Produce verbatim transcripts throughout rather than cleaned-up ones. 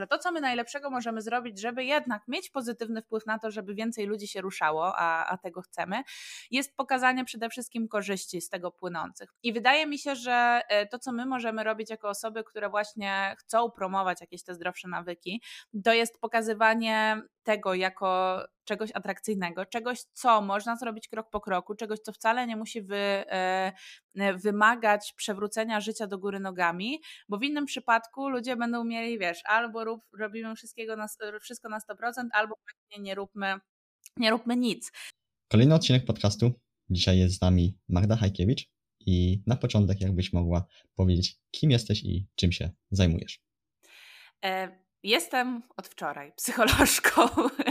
że to, co my najlepszego możemy zrobić, żeby jednak mieć pozytywny wpływ na to, żeby więcej ludzi się ruszało, a, a tego chcemy, jest pokazanie przede wszystkim korzyści z tego płynących. I wydaje mi się, że to, co my możemy robić jako osoby, które właśnie chcą promować jakieś te zdrowsze nawyki, to jest pokazywanie tego jako czegoś atrakcyjnego, czegoś, co można zrobić krok po kroku, czegoś, co wcale nie musi wy, wymagać przewrócenia życia do góry nogami, bo w innym przypadku ludzie będą mieli, wiesz, albo rób, robimy wszystkiego na, wszystko na sto procent, albo właśnie nie róbmy, nie róbmy nic. Kolejny odcinek podcastu. Dzisiaj jest z nami Magda Hajkiewicz i na początek jakbyś mogła powiedzieć, kim jesteś i czym się zajmujesz. E- Jestem od wczoraj psycholożką.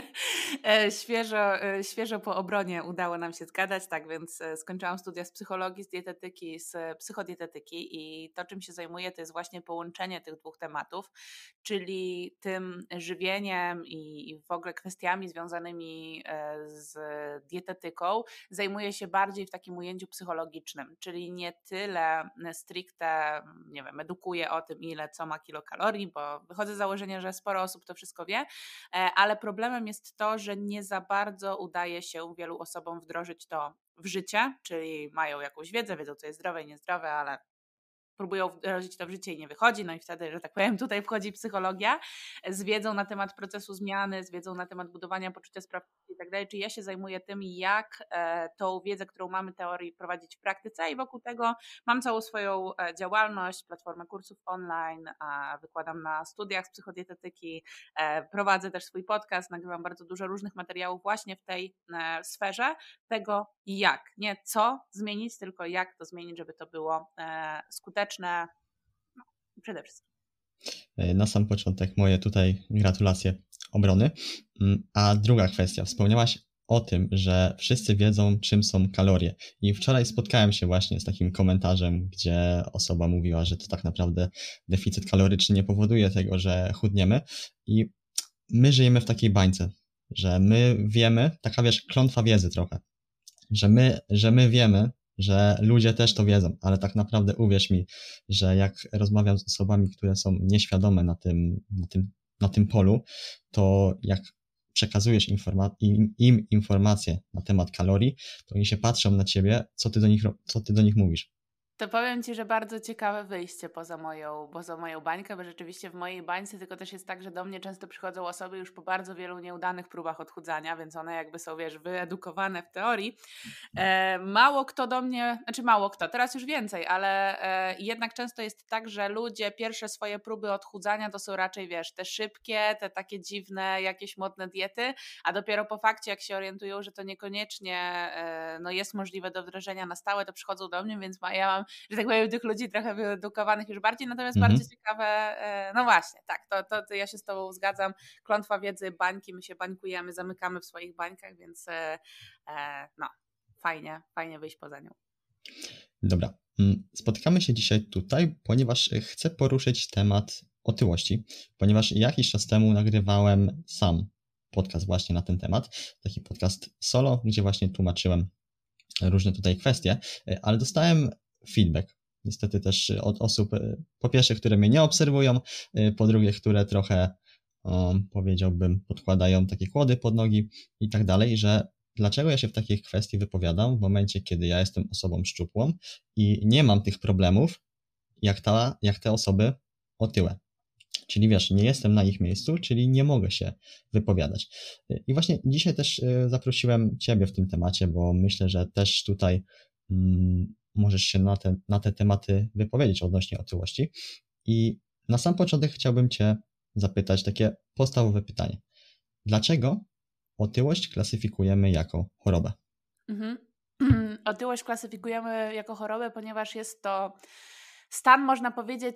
Świeżo, świeżo po obronie udało nam się zgadać, tak więc skończyłam studia z psychologii, z dietetyki, z psychodietetyki i to, czym się zajmuję, to jest właśnie połączenie tych dwóch tematów, czyli tym żywieniem i w ogóle kwestiami związanymi z dietetyką. Zajmuję się bardziej w takim ujęciu psychologicznym, czyli nie tyle stricte, nie wiem, edukuję o tym, ile co ma kilokalorii, bo wychodzę z założenia, że sporo osób to wszystko wie, ale problemem jest to, że nie za bardzo udaje się wielu osobom wdrożyć to w życie, czyli mają jakąś wiedzę, wiedzą co jest zdrowe i niezdrowe, ale próbują wdrożyć to w życie i nie wychodzi, no i wtedy, że tak powiem, tutaj wchodzi psychologia z wiedzą na temat procesu zmiany, z wiedzą na temat budowania poczucia sprawczości i tak dalej, czyli ja się zajmuję tym, jak tą wiedzę, którą mamy teorii, prowadzić w praktyce i wokół tego mam całą swoją działalność, platformę kursów online, wykładam na studiach z psychodietetyki, prowadzę też swój podcast, nagrywam bardzo dużo różnych materiałów właśnie w tej sferze tego jak, nie co zmienić, tylko jak to zmienić, żeby to było skuteczne. No, przede wszystkim. Na sam początek moje tutaj gratulacje obrony. A druga kwestia, wspomniałaś o tym, że wszyscy wiedzą, czym są kalorie. I wczoraj spotkałem się właśnie z takim komentarzem, gdzie osoba mówiła, że to tak naprawdę deficyt kaloryczny nie powoduje tego, że chudniemy. I my żyjemy w takiej bańce, że my wiemy, taka wiesz, klątwa wiedzy trochę, że my, że my wiemy, że ludzie też to wiedzą, ale tak naprawdę uwierz mi, że jak rozmawiam z osobami, które są nieświadome na tym, na tym, na tym polu, to jak przekazujesz informa- im, im informacje na temat kalorii, to oni się patrzą na ciebie, co ty do nich, co ty do nich mówisz. To powiem Ci, że bardzo ciekawe wyjście poza moją, poza moją bańkę, bo rzeczywiście w mojej bańce tylko też jest tak, że do mnie często przychodzą osoby już po bardzo wielu nieudanych próbach odchudzania, więc one jakby są, wiesz, wyedukowane w teorii. E, mało kto do mnie, znaczy mało kto, teraz już więcej, ale e, jednak często jest tak, że ludzie pierwsze swoje próby odchudzania to są raczej, wiesz, te szybkie, te takie dziwne, jakieś modne diety, a dopiero po fakcie, jak się orientują, że to niekoniecznie e, no jest możliwe do wdrożenia na stałe, to przychodzą do mnie, więc ma, ja mam, że tak powiem, tych ludzi trochę wyedukowanych już bardziej, natomiast mhm. bardzo ciekawe, e, no właśnie, tak, to, to, to ja się z Tobą zgadzam, klątwa wiedzy, bańki, my się bańkujemy, zamykamy w swoich bańkach, więc e, e, no, fajnie, fajnie wyjść poza nią. Dobra, spotykamy się dzisiaj tutaj, ponieważ chcę poruszyć temat otyłości, ponieważ jakiś czas temu nagrywałem sam podcast właśnie na ten temat, taki podcast solo, gdzie właśnie tłumaczyłem różne tutaj kwestie, ale dostałem feedback, niestety też od osób, po pierwsze, które mnie nie obserwują, po drugie, które trochę, um, powiedziałbym, podkładają takie kłody pod nogi i tak dalej, że dlaczego ja się w takich kwestii wypowiadam w momencie, kiedy ja jestem osobą szczupłą i nie mam tych problemów, jak, ta, jak te osoby otyłe. Czyli wiesz, nie jestem na ich miejscu, czyli nie mogę się wypowiadać. I właśnie dzisiaj też zaprosiłem Ciebie w tym temacie, bo myślę, że też tutaj mm, możesz się na te, na te tematy wypowiedzieć odnośnie otyłości. I na sam początek chciałbym Cię zapytać takie podstawowe pytanie. Dlaczego otyłość klasyfikujemy jako chorobę? Mhm. Otyłość klasyfikujemy jako chorobę, ponieważ jest to stan, można powiedzieć,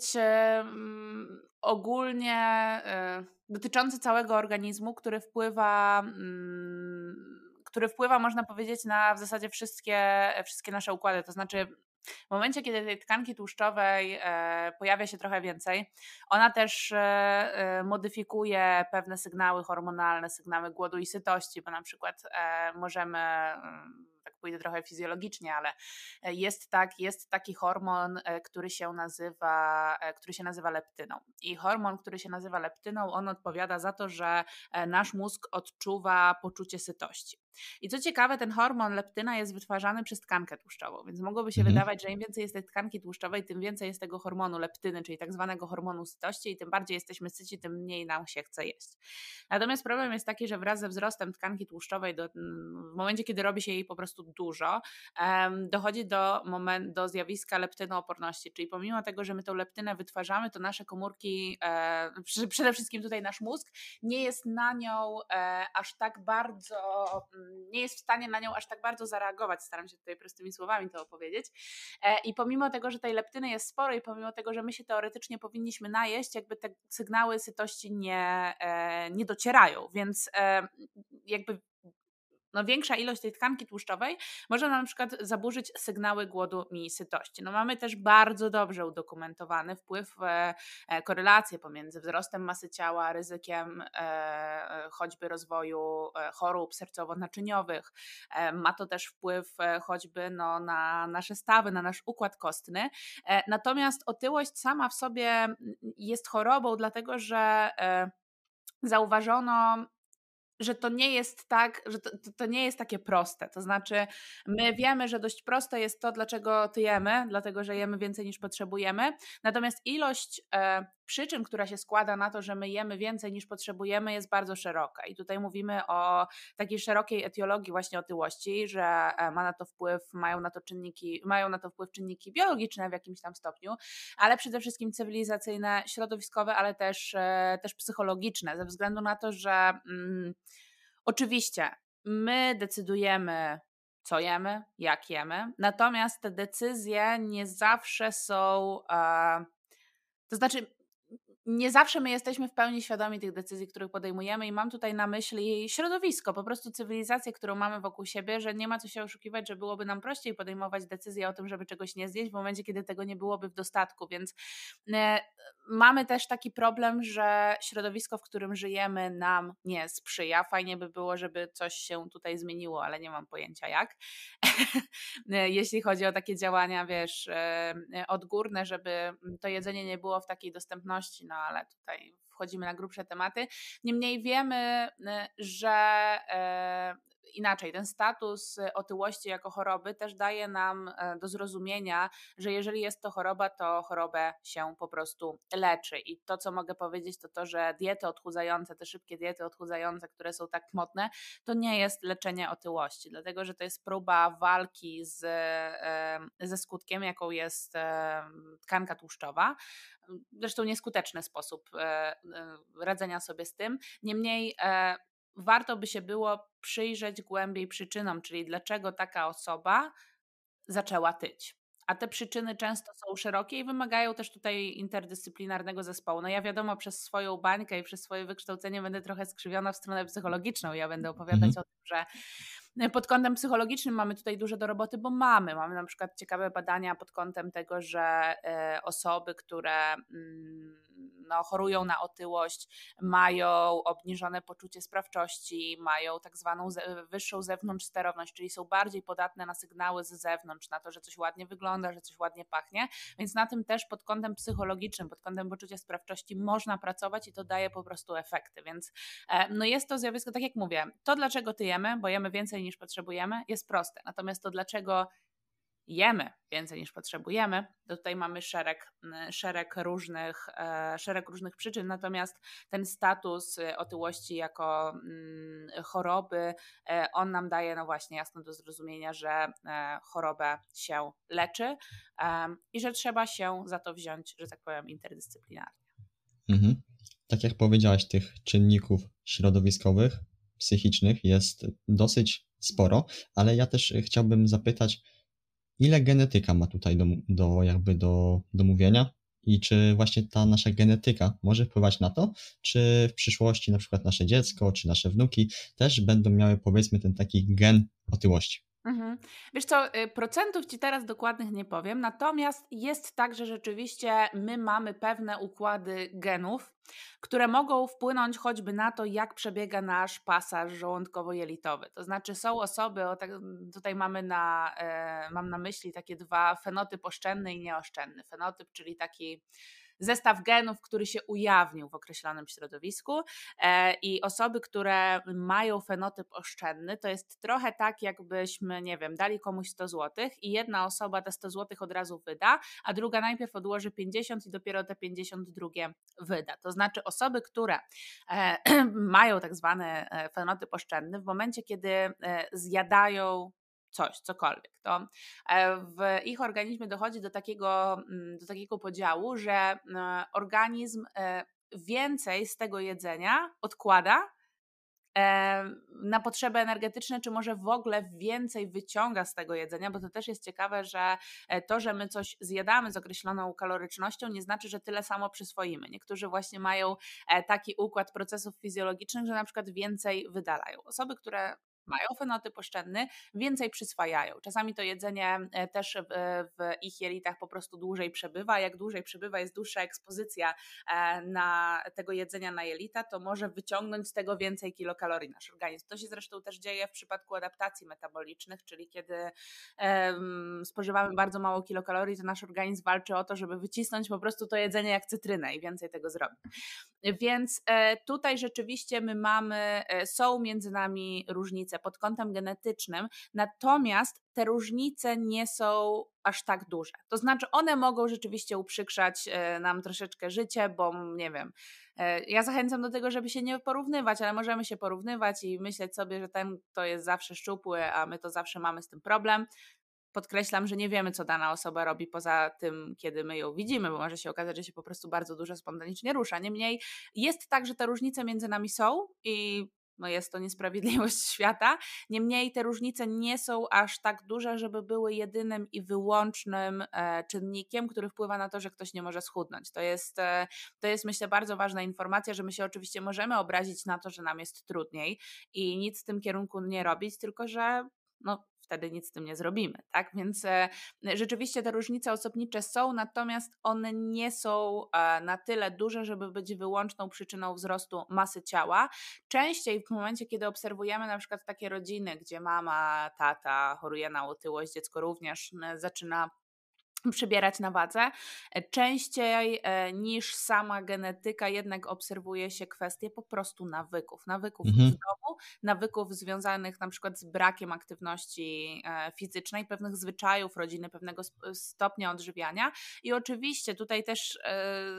um, ogólnie um, dotyczący całego organizmu, który wpływa, um, który wpływa, można powiedzieć, na w zasadzie wszystkie, wszystkie nasze układy. To znaczy, w momencie, kiedy tej tkanki tłuszczowej e, pojawia się trochę więcej, ona też e, modyfikuje pewne sygnały hormonalne, sygnały głodu i sytości, bo na przykład e, możemy, tak pójdę trochę fizjologicznie, ale jest tak, jest taki hormon, który się nazywa, który się nazywa leptyną. I hormon, który się nazywa leptyną, on odpowiada za to, że nasz mózg odczuwa poczucie sytości. I co ciekawe, ten hormon leptyna jest wytwarzany przez tkankę tłuszczową, więc mogłoby się Mhm. wydawać, że im więcej jest tej tkanki tłuszczowej, tym więcej jest tego hormonu leptyny, czyli tak zwanego hormonu sytości i tym bardziej jesteśmy syci, tym mniej nam się chce jeść. Natomiast problem jest taki, że wraz ze wzrostem tkanki tłuszczowej, do, w momencie, kiedy robi się jej po prostu dużo, um, dochodzi do, moment, do zjawiska leptynooporności, czyli pomimo tego, że my tą leptynę wytwarzamy, to nasze komórki, e, przede wszystkim tutaj nasz mózg, nie jest na nią e, aż tak bardzo, nie jest w stanie na nią aż tak bardzo zareagować. Staram się tutaj prostymi słowami to opowiedzieć. E, I pomimo tego, że tej leptyny jest sporo i pomimo tego, że my się teoretycznie powinniśmy najeść, jakby te sygnały sytości nie, e, nie docierają, więc e, jakby no większa ilość tej tkanki tłuszczowej może nam na przykład zaburzyć sygnały głodu i sytości. No mamy też bardzo dobrze udokumentowany wpływ, e, e, korelację pomiędzy wzrostem masy ciała, ryzykiem e, choćby rozwoju e, chorób sercowo-naczyniowych. E, ma to też wpływ e, choćby no, na nasze stawy, na nasz układ kostny. E, natomiast otyłość sama w sobie jest chorobą, dlatego że e, zauważono, że to nie jest tak, że to, to nie jest takie proste. To znaczy, my wiemy, że dość proste jest to, dlaczego tyjemy, dlatego że jemy więcej niż potrzebujemy. Natomiast ilość e, przyczyn, która się składa na to, że my jemy więcej niż potrzebujemy, jest bardzo szeroka. I tutaj mówimy o takiej szerokiej etiologii właśnie otyłości, że e, ma na to wpływ, mają na to czynniki, mają na to wpływ czynniki biologiczne w jakimś tam stopniu, ale przede wszystkim cywilizacyjne, środowiskowe, ale też, e, też psychologiczne, ze względu na to, że mm, oczywiście my decydujemy, co jemy, jak jemy, natomiast te decyzje nie zawsze są, e, to znaczy nie zawsze my jesteśmy w pełni świadomi tych decyzji, których podejmujemy i mam tutaj na myśli środowisko, po prostu cywilizację, którą mamy wokół siebie, że nie ma co się oszukiwać, że byłoby nam prościej podejmować decyzję o tym, żeby czegoś nie zjeść w momencie, kiedy tego nie byłoby w dostatku, więc e, mamy też taki problem, że środowisko, w którym żyjemy, nam nie sprzyja. Fajnie by było, żeby coś się tutaj zmieniło, ale nie mam pojęcia jak. Jeśli chodzi o takie działania, wiesz, odgórne, żeby to jedzenie nie było w takiej dostępności, no ale tutaj wchodzimy na grubsze tematy. Niemniej wiemy, że inaczej, ten status otyłości jako choroby też daje nam do zrozumienia, że jeżeli jest to choroba, to chorobę się po prostu leczy. I to, co mogę powiedzieć, to to, że diety odchudzające, te szybkie diety odchudzające, które są tak modne, to nie jest leczenie otyłości, dlatego że to jest próba walki z, ze skutkiem, jaką jest tkanka tłuszczowa. Zresztą nieskuteczny sposób radzenia sobie z tym. Niemniej warto by się było przyjrzeć głębiej przyczynom, czyli dlaczego taka osoba zaczęła tyć. A te przyczyny często są szerokie i wymagają też tutaj interdyscyplinarnego zespołu. No ja wiadomo, przez swoją bańkę i przez swoje wykształcenie będę trochę skrzywiona w stronę psychologiczną. Ja będę opowiadać Mhm. o tym, że pod kątem psychologicznym mamy tutaj dużo do roboty, bo mamy. Mamy na przykład ciekawe badania pod kątem tego, że y, osoby, które y, no, chorują na otyłość, mają obniżone poczucie sprawczości, mają tak zwaną ze, wyższą zewnątrzsterowność, czyli są bardziej podatne na sygnały z zewnątrz, na to, że coś ładnie wygląda, że coś ładnie pachnie, więc na tym też pod kątem psychologicznym, pod kątem poczucia sprawczości można pracować i to daje po prostu efekty, więc e, no jest to zjawisko, tak jak mówię, to dlaczego tyjemy, bo jemy więcej niż potrzebujemy, jest proste, natomiast to dlaczego jemy więcej niż potrzebujemy, to tutaj mamy szereg, szereg, różnych, szereg różnych przyczyn, natomiast ten status otyłości jako choroby, on nam daje no właśnie jasno do zrozumienia, że chorobę się leczy i że trzeba się za to wziąć, że tak powiem, interdyscyplinarnie. Mhm. Tak jak powiedziałaś, tych czynników środowiskowych, psychicznych jest dosyć sporo, ale ja też chciałbym zapytać, ile genetyka ma tutaj do, do, jakby do, do mówienia i czy właśnie ta nasza genetyka może wpływać na to, czy w przyszłości na przykład nasze dziecko, czy nasze wnuki też będą miały powiedzmy ten taki gen otyłości? Mhm. Wiesz co, y, procentów Ci teraz dokładnych nie powiem, natomiast jest tak, że rzeczywiście my mamy pewne układy genów, które mogą wpłynąć choćby na to, jak przebiega nasz pasaż żołądkowo-jelitowy. To znaczy są osoby, o tak, tutaj mamy na, e, mam na myśli takie dwa, fenotyp oszczędny i nieoszczędny. Fenotyp, czyli taki zestaw genów, który się ujawnił w określonym środowisku e, i osoby, które mają fenotyp oszczędny, to jest trochę tak, jakbyśmy, nie wiem, dali komuś sto złotych i jedna osoba te sto złotych od razu wyda, a druga najpierw odłoży pięćdziesiąt i dopiero te pięćdziesiąt drugie wyda. To znaczy osoby, które e, mają tak zwany e, fenotyp oszczędny, w momencie, kiedy e, zjadają coś, cokolwiek, to e, w ich organizmie dochodzi do takiego, mm, do takiego podziału, że e, organizm e, więcej z tego jedzenia odkłada e, na potrzeby energetyczne, czy może w ogóle więcej wyciąga z tego jedzenia, bo to też jest ciekawe, że e, to, że my coś zjadamy z określoną kalorycznością, nie znaczy, że tyle samo przyswoimy. Niektórzy właśnie mają e, taki układ procesów fizjologicznych, że na przykład więcej wydalają. Osoby, które mają fenotyp oszczędny, więcej przyswajają. Czasami to jedzenie e, też w, w ich jelitach po prostu dłużej przebywa. Jak dłużej przebywa, jest dłuższa ekspozycja e, na tego jedzenia na jelita, to może wyciągnąć z tego więcej kilokalorii nasz organizm. To się zresztą też dzieje w przypadku adaptacji metabolicznych, czyli kiedy em, spożywamy bardzo mało kilokalorii, to nasz organizm walczy o to, żeby wycisnąć po prostu to jedzenie jak cytrynę i więcej tego zrobić. Więc e, tutaj rzeczywiście my mamy, e, są między nami różnice pod kątem genetycznym, natomiast te różnice nie są aż tak duże. To znaczy one mogą rzeczywiście uprzykrzać e, nam troszeczkę życie, bo nie wiem, e, ja zachęcam do tego, żeby się nie porównywać, ale możemy się porównywać i myśleć sobie, że ten to jest zawsze szczupły, a my to zawsze mamy z tym problem. Podkreślam, że nie wiemy, co dana osoba robi poza tym, kiedy my ją widzimy, bo może się okazać, że się po prostu bardzo dużo spontanicznie rusza. Niemniej jest tak, że te różnice między nami są i no jest to niesprawiedliwość świata. Niemniej te różnice nie są aż tak duże, żeby były jedynym i wyłącznym e, czynnikiem, który wpływa na to, że ktoś nie może schudnąć. To jest, e, to jest myślę bardzo ważna informacja, że my się oczywiście możemy obrazić na to, że nam jest trudniej i nic w tym kierunku nie robić, tylko że no wtedy nic z tym nie zrobimy, tak? Więc e, rzeczywiście te różnice osobnicze są, natomiast one nie są e, na tyle duże, żeby być wyłączną przyczyną wzrostu masy ciała. Częściej w momencie, kiedy obserwujemy na przykład takie rodziny, gdzie mama, tata choruje na otyłość, dziecko również e, zaczyna przybierać na wadze. Częściej e, niż sama genetyka jednak obserwuje się kwestie po prostu nawyków. Nawyków w Mhm. domu, nawyków związanych na przykład z brakiem aktywności e, fizycznej, pewnych zwyczajów rodziny, pewnego sp- stopnia odżywiania i oczywiście tutaj też e,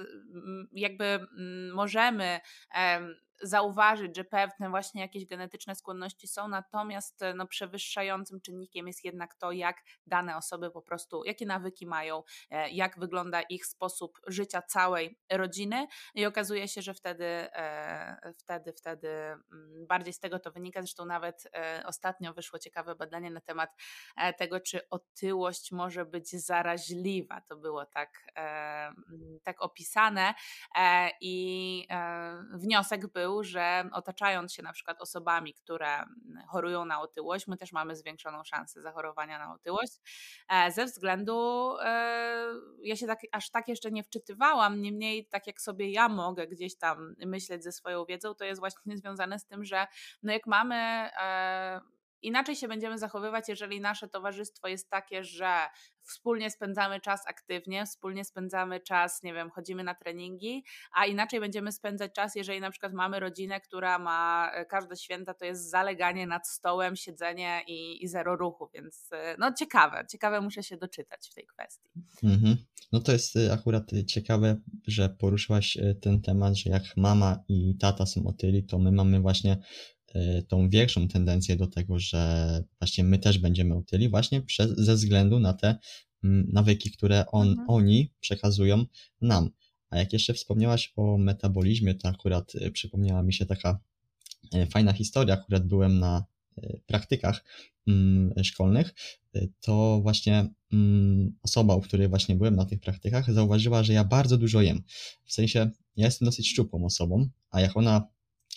m, jakby m, możemy em, zauważyć, że pewne właśnie jakieś genetyczne skłonności są, natomiast e, no, przewyższającym czynnikiem jest jednak to, jak dane osoby po prostu, jakie nawyki mają, e, jak wygląda ich sposób życia całej rodziny i okazuje się, że wtedy, e, wtedy, wtedy mm, bardziej z tego to wynika. Zresztą nawet e, ostatnio wyszło ciekawe badanie na temat e, tego, czy otyłość może być zaraźliwa. To było tak, e, mm, tak opisane e, i e, wniosek był, że otaczając się na przykład osobami, które chorują na otyłość, my też mamy zwiększoną szansę zachorowania na otyłość. E, Ze względu, e, ja się tak, aż tak jeszcze nie wczytywałam, niemniej tak jak sobie ja mogę gdzieś tam myśleć ze swoją wiedzą, to jest właśnie związane z tym, że no jak mamy e, inaczej się będziemy zachowywać, jeżeli nasze towarzystwo jest takie, że wspólnie spędzamy czas aktywnie, wspólnie spędzamy czas, nie wiem, chodzimy na treningi, a inaczej będziemy spędzać czas, jeżeli na przykład mamy rodzinę, która ma każde święta, to jest zaleganie nad stołem, siedzenie i, i zero ruchu, więc no ciekawe, ciekawe muszę się doczytać w tej kwestii. Mhm. No to jest y, akurat y, ciekawe, że poruszyłaś y, ten temat, że jak mama i tata są otyli, to my mamy właśnie y, tą większą tendencję do tego, że właśnie my też będziemy otyli właśnie przez, ze względu na te mm, nawyki, które on, Mhm. oni przekazują nam. A jak jeszcze wspomniałaś o metabolizmie, to akurat y, przypomniała mi się taka y, fajna historia. Akurat byłem na y, praktykach mm, szkolnych, y, to właśnie mm, osoba, u której właśnie byłem na tych praktykach, zauważyła, że ja bardzo dużo jem. W sensie, ja jestem dosyć szczupłą osobą, a jak ona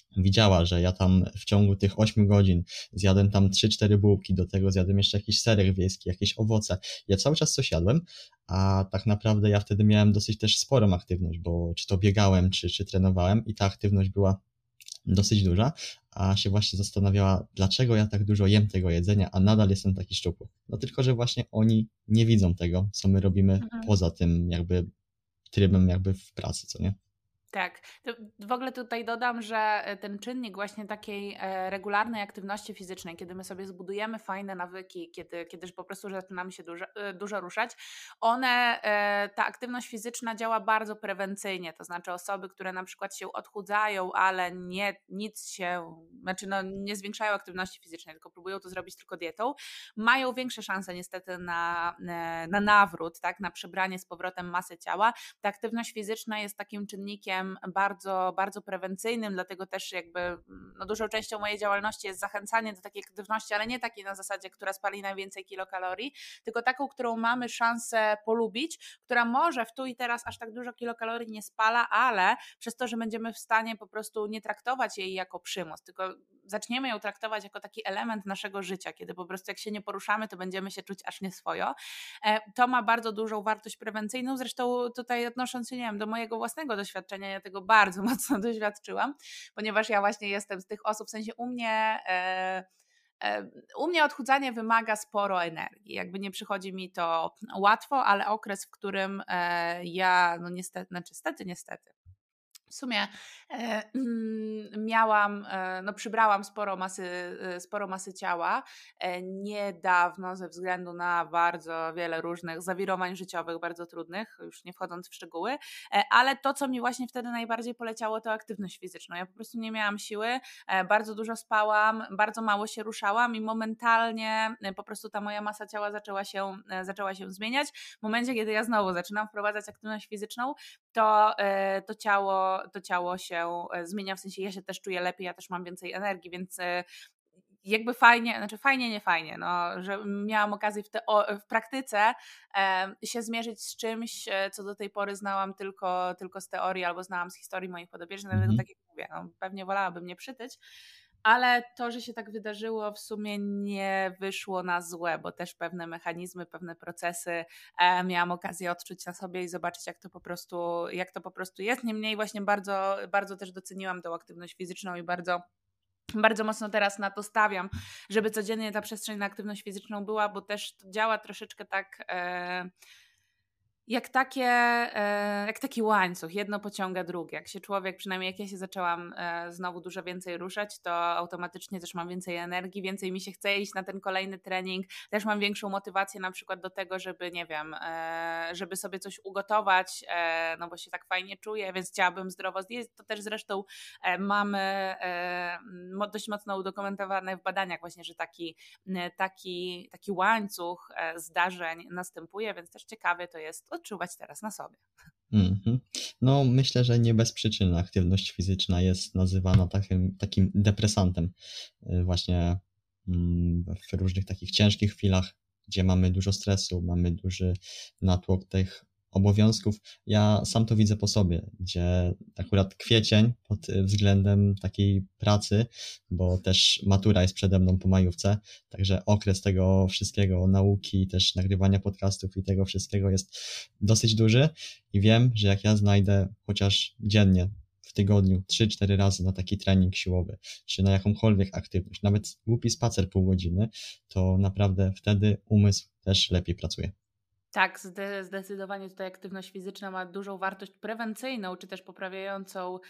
widziała, że ja tam w ciągu tych ośmiu godzin zjadłem tam trzy cztery bułki, do tego zjadłem jeszcze jakiś serek wiejski, jakieś owoce. Ja cały czas coś jadłem, a tak naprawdę ja wtedy miałem dosyć też sporą aktywność, bo czy to biegałem, czy, czy trenowałem i ta aktywność była dosyć duża, a się właśnie zastanawiała, dlaczego ja tak dużo jem tego jedzenia, a nadal jestem taki szczupły. No tylko, że właśnie oni nie widzą tego, co my robimy Mhm. poza tym jakby trybem jakby w pracy, co nie? Tak. To w ogóle tutaj dodam, że e, ten czynnik właśnie takiej e, regularnej aktywności fizycznej, kiedy my sobie zbudujemy fajne nawyki, kiedy, kiedy po prostu zaczynamy się dużo, e, dużo ruszać, one, e, ta aktywność fizyczna działa bardzo prewencyjnie, to znaczy osoby, które na przykład się odchudzają, ale nie, nic się, znaczy no, nie zwiększają aktywności fizycznej, tylko próbują to zrobić tylko dietą, mają większe szanse niestety na, e, na nawrót, tak, na przybranie z powrotem masy ciała. Ta aktywność fizyczna jest takim czynnikiem bardzo, bardzo prewencyjnym, dlatego też jakby no, dużą częścią mojej działalności jest zachęcanie do takiej aktywności, ale nie takiej na zasadzie, która spali najwięcej kilokalorii, tylko taką, którą mamy szansę polubić, która może w tu i teraz aż tak dużo kilokalorii nie spala, ale przez to, że będziemy w stanie po prostu nie traktować jej jako przymus, tylko zaczniemy ją traktować jako taki element naszego życia, kiedy po prostu jak się nie poruszamy, to będziemy się czuć aż nieswojo. To ma bardzo dużą wartość prewencyjną, zresztą tutaj odnosząc się, nie wiem, do mojego własnego doświadczenia, ja tego bardzo mocno doświadczyłam, ponieważ ja właśnie jestem z tych osób, w sensie u mnie... E, u mnie odchudzanie wymaga sporo energii, jakby nie przychodzi mi to łatwo, ale okres, w którym ja, no niestety, znaczy niestety, niestety, w sumie e, mm, miałam, e, no przybrałam sporo masy, e, sporo masy ciała e, niedawno ze względu na bardzo wiele różnych zawirowań życiowych, bardzo trudnych, już nie wchodząc w szczegóły, e, ale to, co mi właśnie wtedy najbardziej poleciało, to aktywność fizyczna. Ja po prostu nie miałam siły, e, bardzo dużo spałam, bardzo mało się ruszałam i momentalnie e, po prostu ta moja masa ciała zaczęła się, e, zaczęła się zmieniać. W momencie, kiedy ja znowu zaczynam wprowadzać aktywność fizyczną, to, e, to, ciało, to ciało się e, zmienia, w sensie ja się też czuję lepiej, ja też mam więcej energii, więc e, jakby fajnie, znaczy fajnie, nie fajnie, no, że miałam okazję w, teo- w praktyce e, się zmierzyć z czymś, e, co do tej pory znałam tylko, tylko z teorii albo znałam z historii moich podopiecznych, dlatego Mhm. tak jak mówię, no, pewnie wolałabym nie przytyć, ale to, że się tak wydarzyło, w sumie nie wyszło na złe, bo też pewne mechanizmy, pewne procesy e, miałam okazję odczuć na sobie i zobaczyć, jak to po prostu, jak to po prostu jest. Niemniej właśnie bardzo, bardzo też doceniłam tą aktywność fizyczną i bardzo Bardzo mocno teraz na to stawiam, żeby codziennie ta przestrzeń na aktywność fizyczną była, bo też to działa troszeczkę tak e, jak, takie, e, jak taki łańcuch, jedno pociąga drugie. Jak się człowiek, przynajmniej jak ja się zaczęłam e, znowu dużo więcej ruszać, to automatycznie też mam więcej energii, więcej mi się chce iść na ten kolejny trening, też mam większą motywację na przykład do tego, żeby, nie wiem, e, żeby sobie coś ugotować, e, no bo się tak fajnie czuję, więc chciałabym zdrowo zjeść. To też zresztą e, mamy e, mo- dość mocno udokumentowane w badaniach właśnie, że taki, taki, taki łańcuch e, zdarzeń następuje, więc też ciekawe to jest odczuwać teraz na sobie. Mhm. No, myślę, że nie bez przyczyny aktywność fizyczna jest nazywana takim, takim depresantem y, właśnie mm, w różnych takich ciężkich chwilach, gdzie mamy dużo stresu, mamy duży natłok tych obowiązków. Ja sam to widzę po sobie, gdzie akurat kwiecień pod względem takiej pracy, bo też matura jest przede mną po majówce, także okres tego wszystkiego, nauki, też nagrywania podcastów i tego wszystkiego jest dosyć duży i wiem, że jak ja znajdę chociaż dziennie w tygodniu trzy cztery razy na taki trening siłowy, czy na jakąkolwiek aktywność, nawet głupi spacer pół godziny, to naprawdę wtedy umysł też lepiej pracuje. Tak, zde- zdecydowanie tutaj aktywność fizyczna ma dużą wartość prewencyjną, czy też poprawiającą,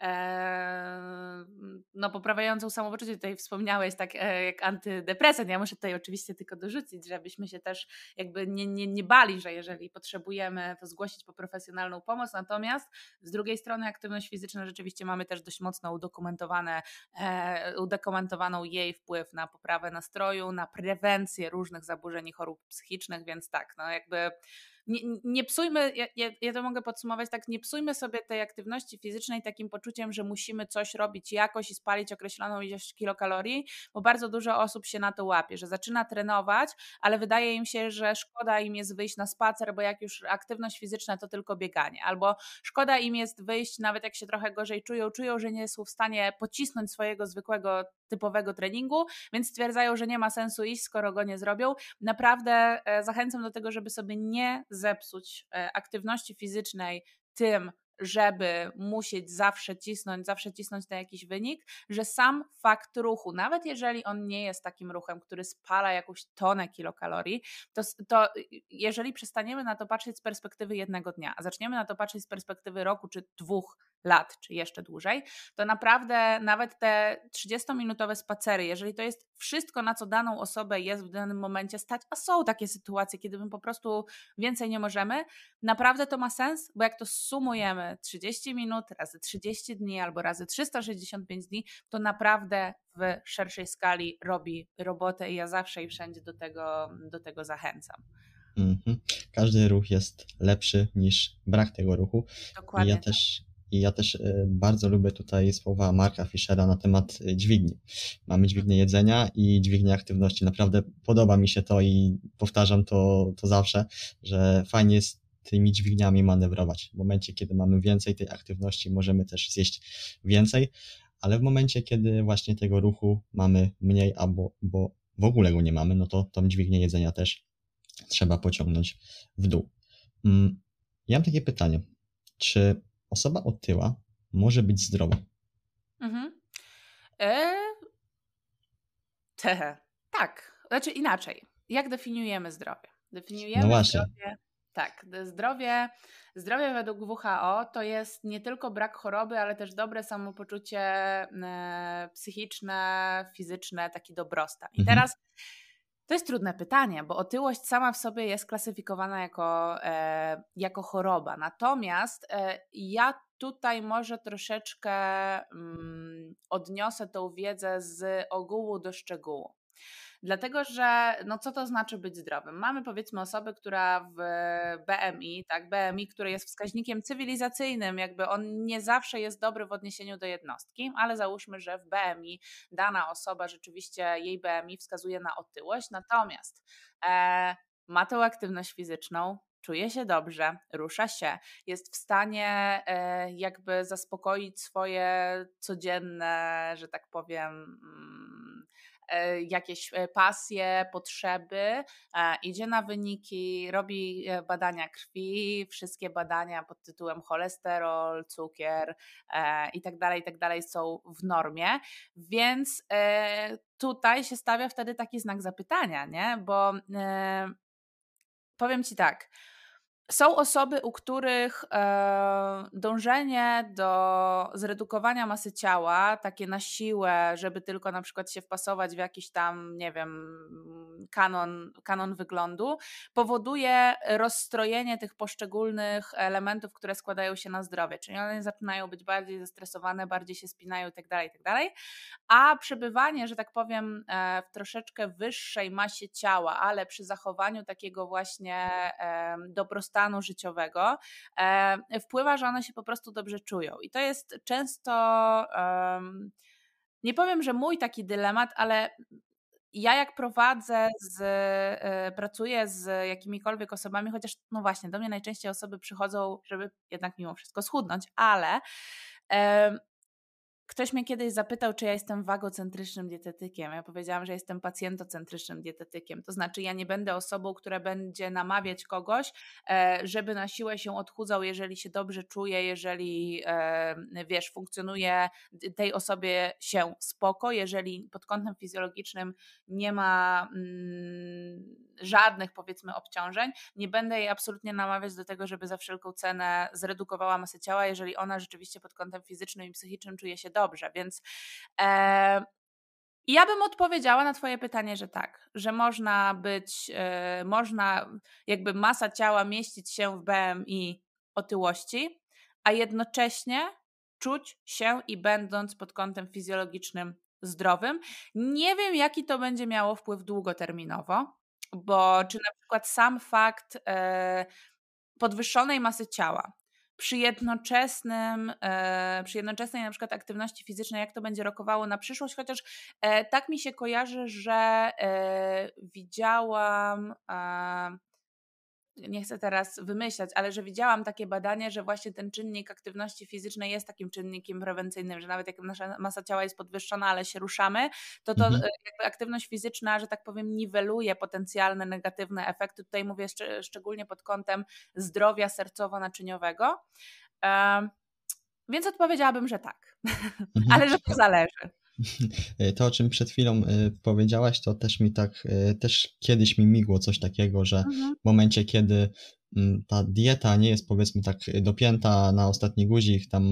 e, no poprawiającą samopoczucie. Tutaj wspomniałeś tak e, jak antydepresant. Ja muszę tutaj oczywiście tylko dorzucić, żebyśmy się też jakby nie, nie, nie bali, że jeżeli potrzebujemy, to zgłosić po profesjonalną pomoc. Natomiast z drugiej strony aktywność fizyczna rzeczywiście mamy też dość mocno udokumentowane, e, udokumentowaną jej wpływ na poprawę nastroju, na prewencję różnych zaburzeń i chorób psychicznych, więc tak, no jakby nie, nie psujmy, ja, ja, ja to mogę podsumować tak, nie psujmy sobie tej aktywności fizycznej takim poczuciem, że musimy coś robić jakoś i spalić określoną ilość kilokalorii, bo bardzo dużo osób się na to łapie, że zaczyna trenować, ale wydaje im się, że szkoda im jest wyjść na spacer, bo jak już aktywność fizyczna to tylko bieganie, albo szkoda im jest wyjść, nawet jak się trochę gorzej czują, czują, że nie są w stanie pocisnąć swojego zwykłego, typowego treningu, więc stwierdzają, że nie ma sensu iść, skoro go nie zrobią. Naprawdę zachęcam do tego, żeby sobie nie zepsuć aktywności fizycznej tym, żeby musieć zawsze cisnąć, zawsze cisnąć na jakiś wynik, że sam fakt ruchu, nawet jeżeli on nie jest takim ruchem, który spala jakąś tonę kilokalorii, to, to jeżeli przestaniemy na to patrzeć z perspektywy jednego dnia, a zaczniemy na to patrzeć z perspektywy roku czy dwóch lat, czy jeszcze dłużej, to naprawdę nawet te trzydziestominutowe spacery, jeżeli to jest wszystko, na co daną osobę jest w danym momencie stać, a są takie sytuacje, kiedy my po prostu więcej nie możemy, naprawdę to ma sens, bo jak to sumujemy trzydzieści minut razy trzydzieści dni albo razy trzysta sześćdziesiąt pięć dni, to naprawdę w szerszej skali robi robotę i ja zawsze i wszędzie do tego, do tego zachęcam. Mhm. Każdy ruch jest lepszy niż brak tego ruchu. Dokładnie. I ja też, i ja też bardzo lubię tutaj słowa Marka Fischera na temat dźwigni. Mamy dźwignię jedzenia i dźwignię aktywności. Naprawdę podoba mi się to i powtarzam to, to zawsze, że fajnie jest tymi dźwigniami manewrować. W momencie, kiedy mamy więcej tej aktywności, możemy też zjeść więcej, ale w momencie, kiedy właśnie tego ruchu mamy mniej albo bo w ogóle go nie mamy, no to tą dźwignię jedzenia też trzeba pociągnąć w dół. Ja mam takie pytanie. Czy osoba otyła może być zdrowa? Mhm. E... Te, tak. Znaczy inaczej. Jak definiujemy zdrowie? Definiujemy No właśnie. zdrowie... Tak, zdrowie, zdrowie według W H O to jest nie tylko brak choroby, ale też dobre samopoczucie e, psychiczne, fizyczne, taki dobrostan. I Mhm. teraz to jest trudne pytanie, bo otyłość sama w sobie jest klasyfikowana jako, e, jako choroba. Natomiast e, ja tutaj może troszeczkę mm, odniosę tą wiedzę z ogółu do szczegółu. Dlatego, że no co to znaczy być zdrowym? Mamy powiedzmy osobę, która w B M I, tak, B M I, który jest wskaźnikiem cywilizacyjnym, jakby on nie zawsze jest dobry w odniesieniu do jednostki, ale załóżmy, że w B M I dana osoba rzeczywiście, jej B M I wskazuje na otyłość, natomiast e, ma tą aktywność fizyczną, czuje się dobrze, rusza się, jest w stanie e, jakby zaspokoić swoje codzienne, że tak powiem, mm, jakieś pasje, potrzeby, idzie na wyniki, robi badania krwi, wszystkie badania pod tytułem cholesterol, cukier i tak dalej, i tak dalej są w normie, więc tutaj się stawia wtedy taki znak zapytania, nie? Bo powiem Ci tak, są osoby, u których e, dążenie do zredukowania masy ciała, takie na siłę, żeby tylko na przykład się wpasować w jakiś tam, nie wiem, kanon, kanon wyglądu, powoduje rozstrojenie tych poszczególnych elementów, które składają się na zdrowie. Czyli one zaczynają być bardziej zestresowane, bardziej się spinają itd., itd., a przebywanie, że tak powiem, w troszeczkę wyższej masie ciała, ale przy zachowaniu takiego właśnie dobrostanu życiowego, wpływa, że one się po prostu dobrze czują. I to jest często, nie powiem, że mój taki dylemat, ale ja jak prowadzę, z, pracuję z jakimikolwiek osobami, chociaż no właśnie, do mnie najczęściej osoby przychodzą, żeby jednak mimo wszystko schudnąć, ale ktoś mnie kiedyś zapytał, czy ja jestem wagocentrycznym dietetykiem. Ja powiedziałam, że jestem pacjentocentrycznym dietetykiem. To znaczy ja nie będę osobą, która będzie namawiać kogoś, żeby na siłę się odchudzał, jeżeli się dobrze czuje, jeżeli wiesz, funkcjonuje tej osobie się spoko, jeżeli pod kątem fizjologicznym nie ma mm, żadnych powiedzmy obciążeń. Nie będę jej absolutnie namawiać do tego, żeby za wszelką cenę zredukowała masę ciała, jeżeli ona rzeczywiście pod kątem fizycznym i psychicznym czuje się dobrze, więc e, ja bym odpowiedziała na Twoje pytanie, że tak, że można być, e, można jakby masa ciała mieścić się w B M I otyłości, a jednocześnie czuć się i będąc pod kątem fizjologicznym zdrowym. Nie wiem, jaki to będzie miało wpływ długoterminowo, bo czy na przykład sam fakt e, podwyższonej masy ciała, przy jednoczesnym, e, przy jednoczesnej na przykład aktywności fizycznej, jak to będzie rokowało na przyszłość, chociaż e, tak mi się kojarzy, że e, widziałam, e, nie chcę teraz wymyślać, ale że widziałam takie badanie, że właśnie ten czynnik aktywności fizycznej jest takim czynnikiem prewencyjnym, że nawet jak nasza masa ciała jest podwyższona, ale się ruszamy, to to Mhm. jakby aktywność fizyczna, że tak powiem, niweluje potencjalne negatywne efekty. Tutaj mówię szcz- szczególnie pod kątem zdrowia sercowo-naczyniowego. Um, więc odpowiedziałabym, że tak, Mhm. ale że to zależy. To, o czym przed chwilą y, powiedziałaś, to też mi tak, y, też kiedyś mi migło coś takiego, że Mhm. w momencie, kiedy mm, ta dieta nie jest, powiedzmy tak, dopięta na ostatni guzik, tam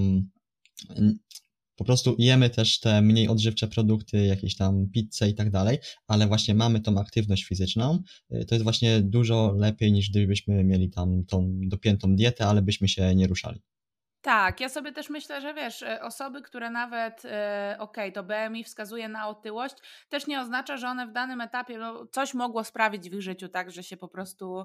mm, po prostu jemy też te mniej odżywcze produkty, jakieś tam pizzę i tak dalej, ale właśnie mamy tą aktywność fizyczną, y, to jest właśnie dużo lepiej niż gdybyśmy mieli tam tą dopiętą dietę, ale byśmy się nie ruszali. Tak, ja sobie też myślę, że wiesz, e, osoby, które nawet, e, okej, to B M I wskazuje na otyłość, też nie oznacza, że one w danym etapie, no, coś mogło sprawić w ich życiu, tak, że się po prostu,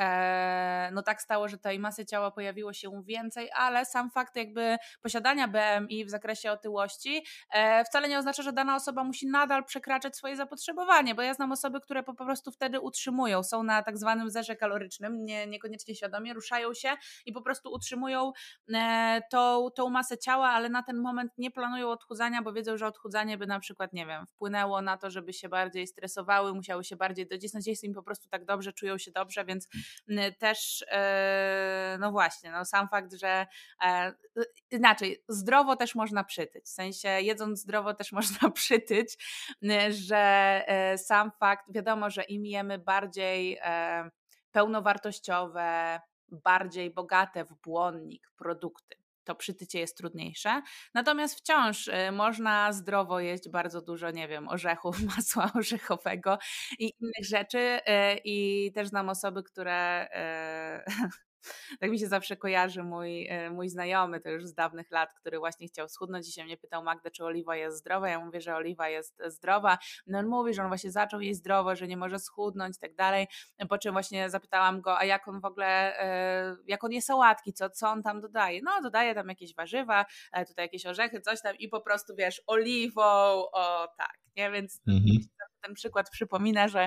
e, no tak stało, że tej masy ciała pojawiło się więcej, ale sam fakt jakby posiadania B M I w zakresie otyłości e, wcale nie oznacza, że dana osoba musi nadal przekraczać swoje zapotrzebowanie, bo ja znam osoby, które po po prostu wtedy utrzymują, są na tak zwanym zerze kalorycznym, nie, niekoniecznie świadomie, ruszają się i po prostu utrzymują e, tą, tą masę ciała, ale na ten moment nie planują odchudzania, bo wiedzą, że odchudzanie by na przykład, nie wiem, wpłynęło na to, żeby się bardziej stresowały, musiały się bardziej docisnąć, jest im po prostu tak dobrze, czują się dobrze, więc też e, no właśnie, no sam fakt, że e, inaczej, zdrowo też można przytyć, w sensie jedząc zdrowo też można przytyć, że e, sam fakt, wiadomo, że im jemy bardziej e, pełnowartościowe, bardziej bogate w błonnik produkty, to przytycie jest trudniejsze. Natomiast wciąż y, można zdrowo jeść bardzo dużo, nie wiem, orzechów, masła orzechowego i innych rzeczy. y, I też znam osoby, które y, tak mi się zawsze kojarzy mój, e, mój znajomy, to już z dawnych lat, który właśnie chciał schudnąć i się mnie pytał: Magda, czy oliwa jest zdrowa? Ja mówię, że oliwa jest zdrowa. No on mówi, że on właśnie zaczął jeść zdrowo, że nie może schudnąć i tak dalej. Po czym właśnie zapytałam go, a jak on w ogóle, e, jak on je sałatki, co, co on tam dodaje? No dodaje tam jakieś warzywa, e, tutaj jakieś orzechy, coś tam i po prostu wiesz, oliwą, o tak, nie? Więc mi Mhm. się ten przykład przypomina, że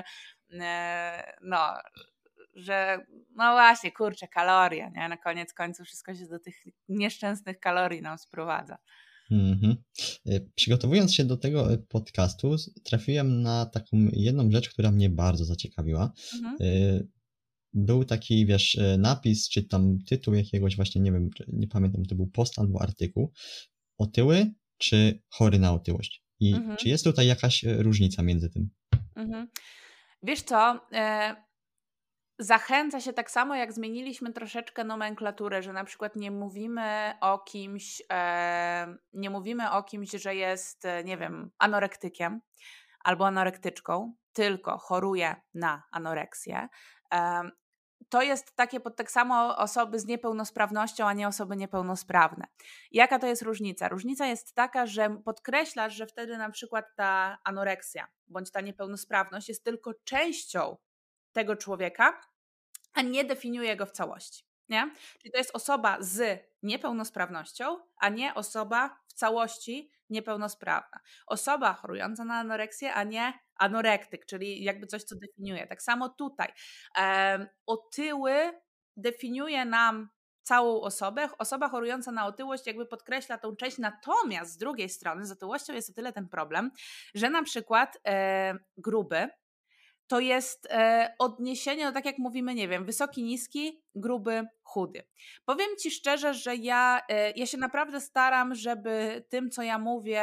e, no, że no właśnie, kurczę, kalorie, nie? Na koniec końców wszystko się do tych nieszczęsnych kalorii nam sprowadza. Mhm. Y, Przygotowując się do tego y, podcastu, s- trafiłem na taką jedną rzecz, która mnie bardzo zaciekawiła. Mhm. Y, Był taki, wiesz, y, napis, czy tam tytuł jakiegoś właśnie, nie wiem, czy- nie pamiętam, czy to był post albo artykuł. Otyły czy chory na otyłość? I Mhm. czy jest tutaj jakaś y, różnica między tym? Mhm. Wiesz co, e, zachęca się tak samo, jak zmieniliśmy troszeczkę nomenklaturę, że na przykład nie mówimy o kimś, e, nie mówimy o kimś, że jest, e, nie wiem, anorektykiem albo anorektyczką, tylko choruje na anoreksję. E, to jest takie pod tak samo osoby z niepełnosprawnością, a nie osoby niepełnosprawne. Jaka to jest różnica? Różnica jest taka, że podkreślasz, że wtedy na przykład ta anoreksja bądź ta niepełnosprawność jest tylko częścią tego człowieka, a nie definiuje go w całości. Nie? Czyli to jest osoba z niepełnosprawnością, a nie osoba w całości niepełnosprawna. Osoba chorująca na anoreksję, a nie anorektyk, czyli jakby coś, co definiuje. Tak samo tutaj. Um, otyły definiuje nam całą osobę. Osoba chorująca na otyłość jakby podkreśla tą część, natomiast z drugiej strony z otyłością jest o tyle ten problem, że na przykład e, gruby to jest e, odniesienie, no tak jak mówimy, nie wiem, wysoki, niski, gruby, chudy. Powiem Ci szczerze, że ja, e, ja się naprawdę staram, żeby tym, co ja mówię,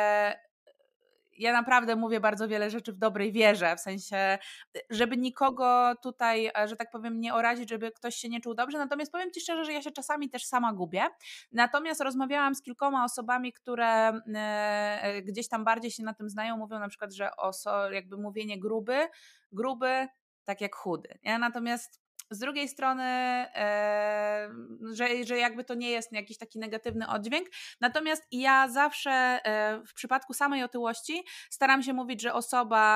ja naprawdę mówię bardzo wiele rzeczy w dobrej wierze, w sensie, żeby nikogo tutaj, e, że tak powiem, nie orazić, żeby ktoś się nie czuł dobrze, natomiast powiem Ci szczerze, że ja się czasami też sama gubię, natomiast rozmawiałam z kilkoma osobami, które e, gdzieś tam bardziej się na tym znają, mówią na przykład, że oso, jakby mówienie gruby, gruby, tak jak chudy, nie? Natomiast z drugiej strony, e, że, że jakby to nie jest jakiś taki negatywny oddźwięk. Natomiast ja zawsze e, w przypadku samej otyłości staram się mówić, że osoba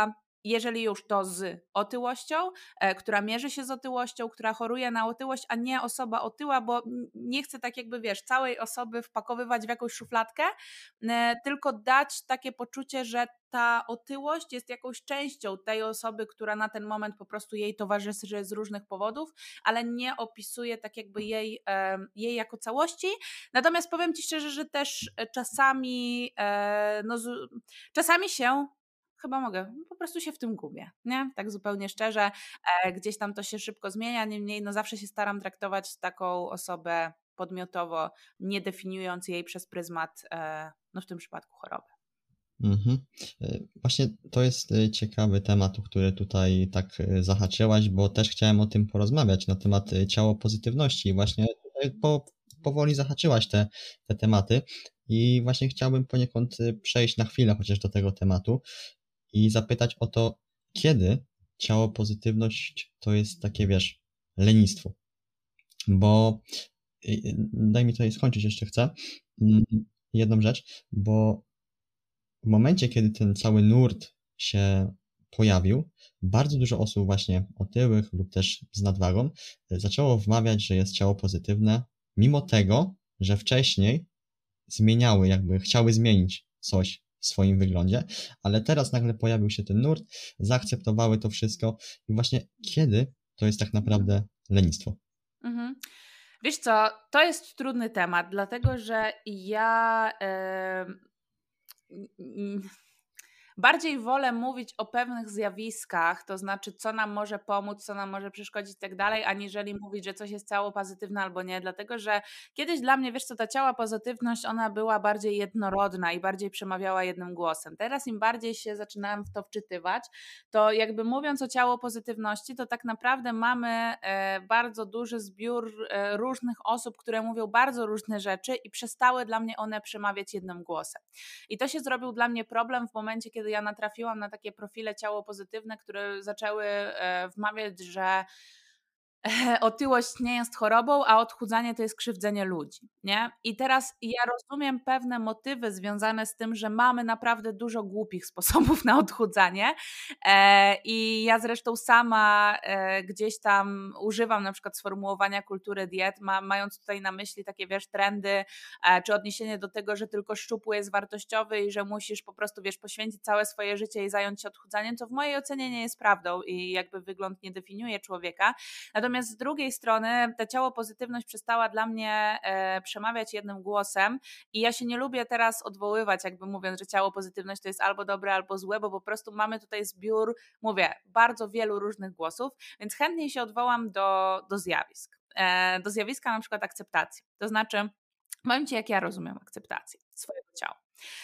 jeżeli już to z otyłością, e, która mierzy się z otyłością, która choruje na otyłość, a nie osoba otyła, bo nie chcę tak jakby, wiesz, całej osoby wpakowywać w jakąś szufladkę, e, tylko dać takie poczucie, że ta otyłość jest jakąś częścią tej osoby, która na ten moment po prostu jej towarzyszy z różnych powodów, ale nie opisuje tak jakby jej, e, jej jako całości. Natomiast powiem Ci szczerze, że też czasami, e, no, z, czasami się Chyba mogę. Po prostu się w tym gubię, nie? Tak zupełnie szczerze. E, gdzieś tam to się szybko zmienia, niemniej no zawsze się staram traktować taką osobę podmiotowo, nie definiując jej przez pryzmat, e, no w tym przypadku choroby. Mhm. Właśnie to jest ciekawy temat, o który tutaj tak zahaczyłaś, bo też chciałem o tym porozmawiać, na temat ciało pozytywności. Właśnie tutaj po, powoli zahaczyłaś te, te tematy i właśnie chciałbym poniekąd przejść na chwilę chociaż do tego tematu i zapytać o to, kiedy ciało pozytywność to jest takie, wiesz, lenistwo. Bo daj mi tutaj skończyć, jeszcze chcę jedną rzecz, bo w momencie, kiedy ten cały nurt się pojawił, bardzo dużo osób właśnie otyłych lub też z nadwagą zaczęło wmawiać, że jest ciało pozytywne, mimo tego, że wcześniej zmieniały, jakby chciały zmienić coś w swoim wyglądzie, ale teraz nagle pojawił się ten nurt, zaakceptowały to wszystko i właśnie kiedy to jest tak naprawdę lenistwo? Mhm. Wiesz co, to jest trudny temat, dlatego że ja yy, bardziej wolę mówić o pewnych zjawiskach, to znaczy co nam może pomóc, co nam może przeszkodzić i tak dalej, aniżeli mówić, że coś jest ciało pozytywne albo nie, dlatego że kiedyś dla mnie, wiesz co, ta ciała pozytywność, ona była bardziej jednorodna i bardziej przemawiała jednym głosem. Teraz im bardziej się zaczynałam w to wczytywać, to jakby mówiąc o ciało pozytywności, to tak naprawdę mamy e, bardzo duży zbiór e, różnych osób, które mówią bardzo różne rzeczy i przestały dla mnie one przemawiać jednym głosem. I to się zrobił dla mnie problem w momencie, kiedy ja natrafiłam na takie profile ciało pozytywne, które zaczęły wmawiać, że otyłość nie jest chorobą, a odchudzanie to jest krzywdzenie ludzi, nie? I teraz ja rozumiem pewne motywy związane z tym, że mamy naprawdę dużo głupich sposobów na odchudzanie e, i ja zresztą sama e, gdzieś tam używam na przykład sformułowania kultury diet, ma, mając tutaj na myśli takie, wiesz, trendy, e, czy odniesienie do tego, że tylko szczupły jest wartościowy i że musisz po prostu, wiesz, poświęcić całe swoje życie i zająć się odchudzaniem, co w mojej ocenie nie jest prawdą i jakby wygląd nie definiuje człowieka. Natomiast z drugiej strony ta ciało pozytywność przestała dla mnie e, przemawiać jednym głosem i ja się nie lubię teraz odwoływać, jakby mówiąc, że ciało pozytywność to jest albo dobre, albo złe, bo po prostu mamy tutaj zbiór, mówię, bardzo wielu różnych głosów, więc chętniej się odwołam do, do zjawisk. E, do zjawiska na przykład akceptacji. To znaczy, powiem Ci, jak ja rozumiem akceptację swojego ciała.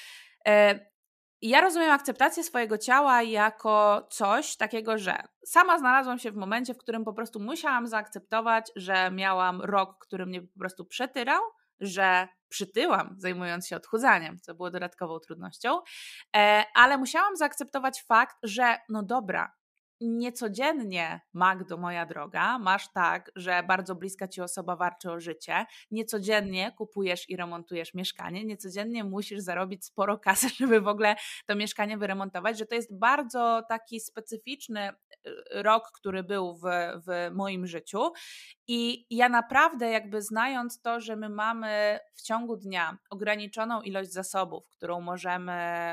E, Ja rozumiem akceptację swojego ciała jako coś takiego, że sama znalazłam się w momencie, w którym po prostu musiałam zaakceptować, że miałam rok, który mnie po prostu przetyrał, że przytyłam, zajmując się odchudzaniem, co było dodatkową trudnością, ale musiałam zaakceptować fakt, że no dobra, niecodziennie, Magdo, moja droga, masz tak, że bardzo bliska ci osoba walczy o życie, niecodziennie kupujesz i remontujesz mieszkanie, niecodziennie musisz zarobić sporo kasy, żeby w ogóle to mieszkanie wyremontować, że to jest bardzo taki specyficzny rok, który był w, w moim życiu i ja naprawdę jakby znając to, że my mamy w ciągu dnia ograniczoną ilość zasobów, którą możemy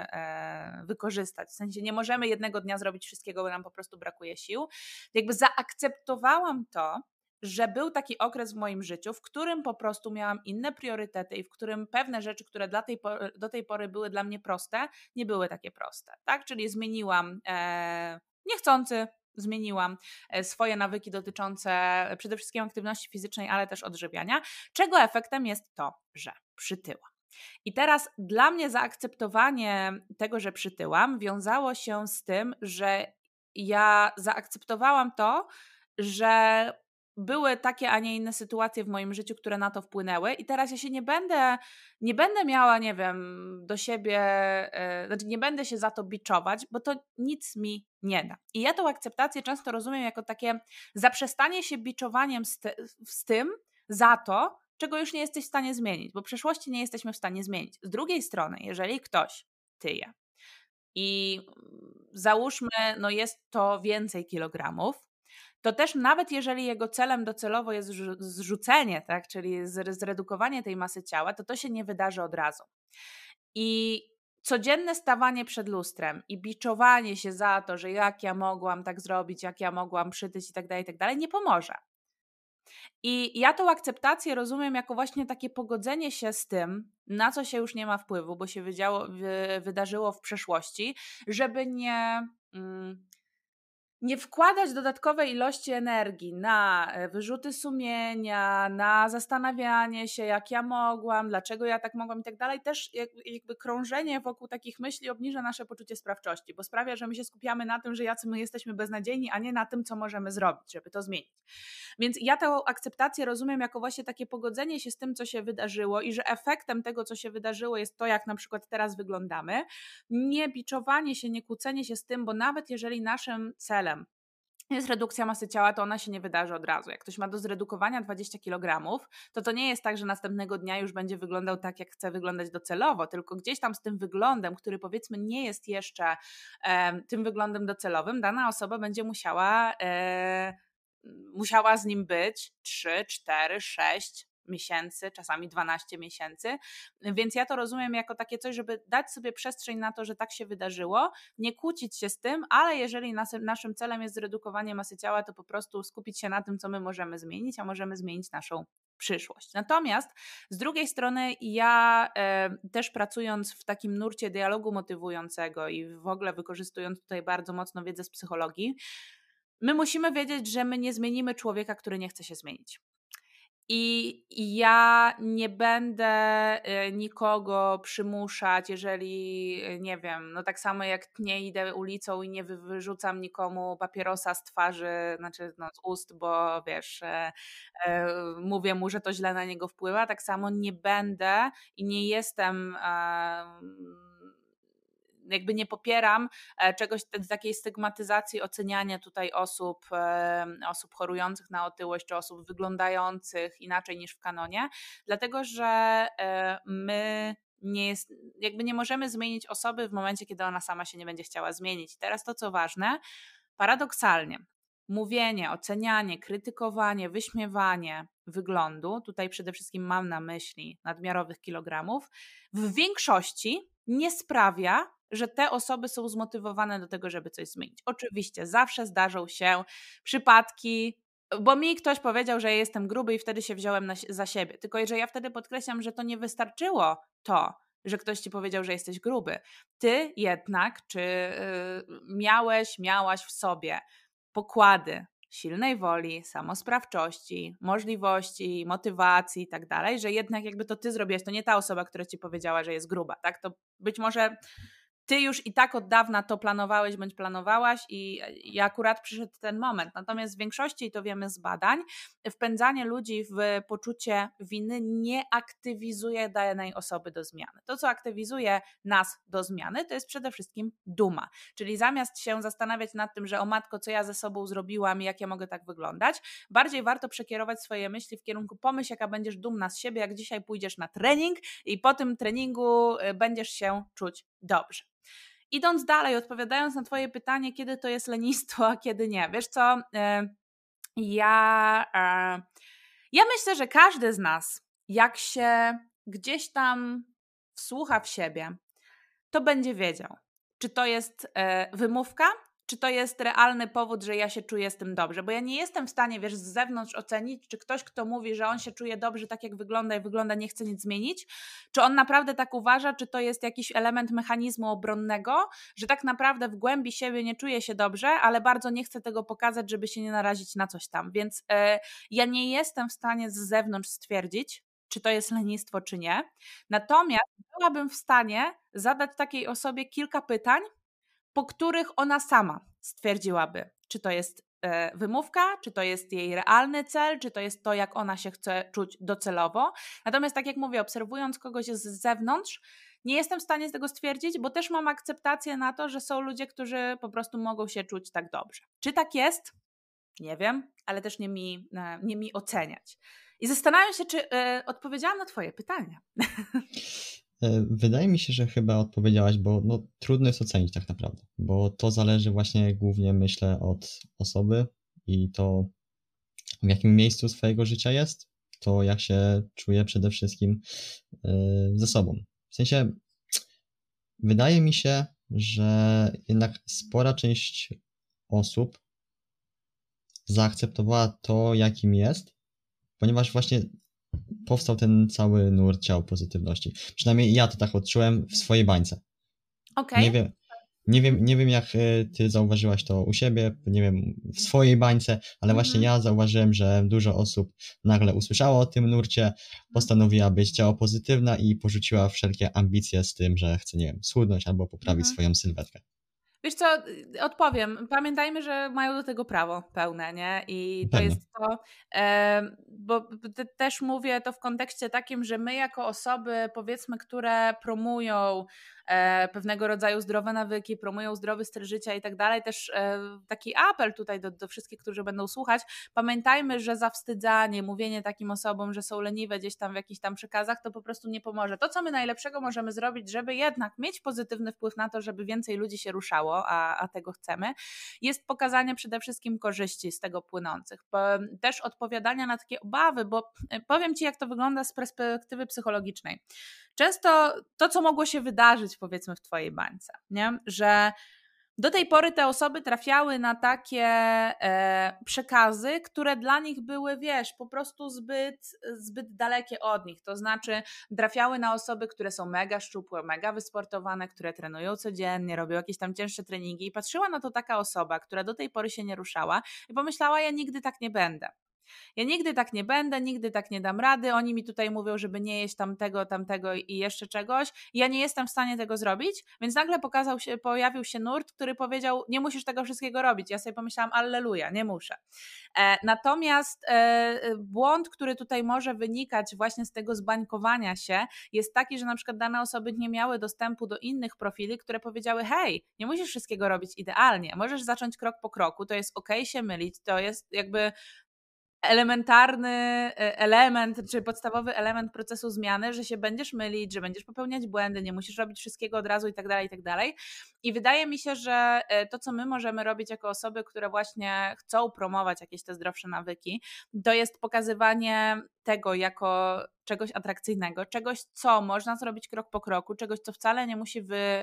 e, wykorzystać, w sensie nie możemy jednego dnia zrobić wszystkiego, bo nam po prostu brakuje sił, jakby zaakceptowałam to, że był taki okres w moim życiu, w którym po prostu miałam inne priorytety i w którym pewne rzeczy, które dla tej pory, do tej pory były dla mnie proste, nie były takie proste, tak? Czyli zmieniłam e, niechcący, zmieniłam swoje nawyki dotyczące przede wszystkim aktywności fizycznej, ale też odżywiania, czego efektem jest to, że przytyłam. I teraz dla mnie zaakceptowanie tego, że przytyłam, wiązało się z tym, że ja zaakceptowałam to, że były takie, a nie inne sytuacje w moim życiu, które na to wpłynęły i teraz ja się nie będę, nie będę miała, nie wiem, do siebie, yy, znaczy nie będę się za to biczować, bo to nic mi nie da. I ja tą akceptację często rozumiem jako takie zaprzestanie się biczowaniem z, ty, z tym za to, czego już nie jesteś w stanie zmienić, bo przeszłości nie jesteśmy w stanie zmienić. Z drugiej strony, jeżeli ktoś tyje i załóżmy, no jest to więcej kilogramów, to też nawet jeżeli jego celem docelowo jest zrzucenie, tak, czyli zredukowanie tej masy ciała, to to się nie wydarzy od razu. I codzienne stawanie przed lustrem i biczowanie się za to, że jak ja mogłam tak zrobić, jak ja mogłam przytyć i tak dalej, i tak dalej, nie pomoże. I ja tą akceptację rozumiem jako właśnie takie pogodzenie się z tym, na co się już nie ma wpływu, bo się wydziało, wy, wydarzyło w przeszłości, żeby nie... Mm, nie wkładać dodatkowej ilości energii na wyrzuty sumienia, na zastanawianie się, jak ja mogłam, dlaczego ja tak mogłam i tak dalej. Też jakby krążenie wokół takich myśli obniża nasze poczucie sprawczości, bo sprawia, że my się skupiamy na tym, że jacy my jesteśmy beznadziejni, a nie na tym, co możemy zrobić, żeby to zmienić. Więc ja tę akceptację rozumiem jako właśnie takie pogodzenie się z tym, co się wydarzyło i że efektem tego, co się wydarzyło, jest to, jak na przykład teraz wyglądamy. Nie biczowanie się, nie kłócenie się z tym, bo nawet jeżeli naszym celem jest redukcja masy ciała, to ona się nie wydarzy od razu. Jak ktoś ma do zredukowania dwadzieścia kilogramów, to to nie jest tak, że następnego dnia już będzie wyglądał tak, jak chce wyglądać docelowo, tylko gdzieś tam z tym wyglądem, który powiedzmy nie jest jeszcze e, tym wyglądem docelowym, dana osoba będzie musiała, e, musiała z nim być trzy, cztery, sześć miesięcy, czasami dwanaście miesięcy, więc ja to rozumiem jako takie coś, żeby dać sobie przestrzeń na to, że tak się wydarzyło, nie kłócić się z tym, ale jeżeli nas, naszym celem jest zredukowanie masy ciała, to po prostu skupić się na tym, co my możemy zmienić, a możemy zmienić naszą przyszłość. Natomiast z drugiej strony ja e, też pracując w takim nurcie dialogu motywującego i w ogóle wykorzystując tutaj bardzo mocno wiedzę z psychologii, my musimy wiedzieć, że my nie zmienimy człowieka, który nie chce się zmienić. I ja nie będę nikogo przymuszać, jeżeli, nie wiem, no tak samo jak nie idę ulicą i nie wyrzucam nikomu papierosa z twarzy, znaczy no z ust, bo wiesz, e, e, mówię mu, że to źle na niego wpływa, tak samo nie będę i nie jestem... E, jakby nie popieram czegoś, takiej stygmatyzacji, oceniania tutaj osób, osób chorujących na otyłość, czy osób wyglądających inaczej niż w kanonie, dlatego że my nie jest, jakby nie możemy zmienić osoby w momencie, kiedy ona sama się nie będzie chciała zmienić. I teraz to, co ważne, paradoksalnie, mówienie, ocenianie, krytykowanie, wyśmiewanie wyglądu, tutaj przede wszystkim mam na myśli nadmiarowych kilogramów, w większości nie sprawia, że te osoby są zmotywowane do tego, żeby coś zmienić. Oczywiście zawsze zdarzą się przypadki, bo mi ktoś powiedział, że ja jestem gruby i wtedy się wziąłem na, za siebie. Tylko że ja wtedy podkreślam, że to nie wystarczyło to, że ktoś ci powiedział, że jesteś gruby. Ty jednak, czy yy, miałeś, miałaś w sobie pokłady silnej woli, samosprawczości, możliwości, motywacji i tak dalej, że jednak jakby to ty zrobiłaś, to nie ta osoba, która ci powiedziała, że jest gruba, tak? To być może ty już i tak od dawna to planowałeś bądź planowałaś i, i akurat przyszedł ten moment. Natomiast w większości, i to wiemy z badań, wpędzanie ludzi w poczucie winy nie aktywizuje danej osoby do zmiany. To, co aktywizuje nas do zmiany, to jest przede wszystkim duma. Czyli zamiast się zastanawiać nad tym, że o matko, co ja ze sobą zrobiłam i jak ja mogę tak wyglądać, bardziej warto przekierować swoje myśli w kierunku pomyśl, jaka będziesz dumna z siebie, jak dzisiaj pójdziesz na trening i po tym treningu będziesz się czuć dobrze. Idąc dalej, odpowiadając na twoje pytanie, kiedy to jest lenistwo, a kiedy nie. Wiesz co, ja, ja myślę, że każdy z nas, jak się gdzieś tam wsłucha w siebie, to będzie wiedział, czy to jest wymówka, czy to jest realny powód, że ja się czuję z tym dobrze, bo ja nie jestem w stanie, wiesz, z zewnątrz ocenić, czy ktoś, kto mówi, że on się czuje dobrze tak jak wygląda i wygląda, nie chce nic zmienić, czy on naprawdę tak uważa, czy to jest jakiś element mechanizmu obronnego, że tak naprawdę w głębi siebie nie czuje się dobrze, ale bardzo nie chce tego pokazać, żeby się nie narazić na coś tam, więc yy, ja nie jestem w stanie z zewnątrz stwierdzić, czy to jest lenistwo, czy nie, natomiast byłabym w stanie zadać takiej osobie kilka pytań, po których ona sama stwierdziłaby, czy to jest e, wymówka, czy to jest jej realny cel, czy to jest to, jak ona się chce czuć docelowo. Natomiast tak jak mówię, obserwując kogoś z zewnątrz, nie jestem w stanie z tego stwierdzić, bo też mam akceptację na to, że są ludzie, którzy po prostu mogą się czuć tak dobrze. Czy tak jest? Nie wiem, ale też nie mi, nie mi oceniać. I zastanawiam się, czy e, odpowiedziałam na twoje pytania. Wydaje mi się, że chyba odpowiedziałaś, bo no, trudno jest ocenić tak naprawdę, bo to zależy właśnie głównie, myślę, od osoby i to, w jakim miejscu swojego życia jest, to jak się czuje przede wszystkim ze sobą. W sensie wydaje mi się, że jednak spora część osób zaakceptowała to, jakim jest, ponieważ właśnie powstał ten cały nurt ciał pozytywności. Przynajmniej ja to tak odczułem w swojej bańce. Okay. Nie wiem, nie wiem, nie wiem jak ty zauważyłaś to u siebie, nie wiem, w swojej bańce, ale właśnie mm. ja zauważyłem, że dużo osób nagle usłyszało o tym nurcie, postanowiła być ciało pozytywna i porzuciła wszelkie ambicje z tym, że chce, nie wiem, schudnąć albo poprawić mm. swoją sylwetkę. Wiesz co, odpowiem. Pamiętajmy, że mają do tego prawo pełne, nie? I to Pewnie. jest to, e, bo te, też mówię to w kontekście takim, że my jako osoby, powiedzmy, które promują e, pewnego rodzaju zdrowe nawyki, promują zdrowy styl życia i tak dalej, też e, taki apel tutaj do, do wszystkich, którzy będą słuchać, pamiętajmy, że zawstydzanie, mówienie takim osobom, że są leniwe gdzieś tam w jakichś tam przekazach, to po prostu nie pomoże. To, co my najlepszego możemy zrobić, żeby jednak mieć pozytywny wpływ na to, żeby więcej ludzi się ruszało, A, a tego chcemy, jest pokazanie przede wszystkim korzyści z tego płynących. Też odpowiadania na takie obawy, bo powiem Ci, jak to wygląda z perspektywy psychologicznej. Często to, co mogło się wydarzyć, powiedzmy, w Twojej bańce, nie? Że do tej pory te osoby trafiały na takie e, przekazy, które dla nich były, wiesz, po prostu zbyt, zbyt dalekie od nich. To znaczy trafiały na osoby, które są mega szczupłe, mega wysportowane, które trenują codziennie, robią jakieś tam cięższe treningi i patrzyła na to taka osoba, która do tej pory się nie ruszała i pomyślała, ja nigdy tak nie będę. Ja nigdy tak nie będę, nigdy tak nie dam rady, oni mi tutaj mówią, żeby nie jeść tamtego, tamtego i jeszcze czegoś. Ja nie jestem w stanie tego zrobić, więc nagle pokazał się, pojawił się nurt, który powiedział, nie musisz tego wszystkiego robić. Ja sobie pomyślałam, alleluja, nie muszę. E, natomiast e, błąd, który tutaj może wynikać właśnie z tego zbańkowania się, jest taki, że na przykład dane osoby nie miały dostępu do innych profili, które powiedziały, hej, nie musisz wszystkiego robić idealnie, możesz zacząć krok po kroku, to jest okej się mylić, to jest jakby elementarny element, czy podstawowy element procesu zmiany, że się będziesz mylić, że będziesz popełniać błędy, nie musisz robić wszystkiego od razu i tak dalej, i tak dalej. I wydaje mi się, że to, co my możemy robić jako osoby, które właśnie chcą promować jakieś te zdrowsze nawyki, to jest pokazywanie tego jako czegoś atrakcyjnego, czegoś, co można zrobić krok po kroku, czegoś, co wcale nie musi wy,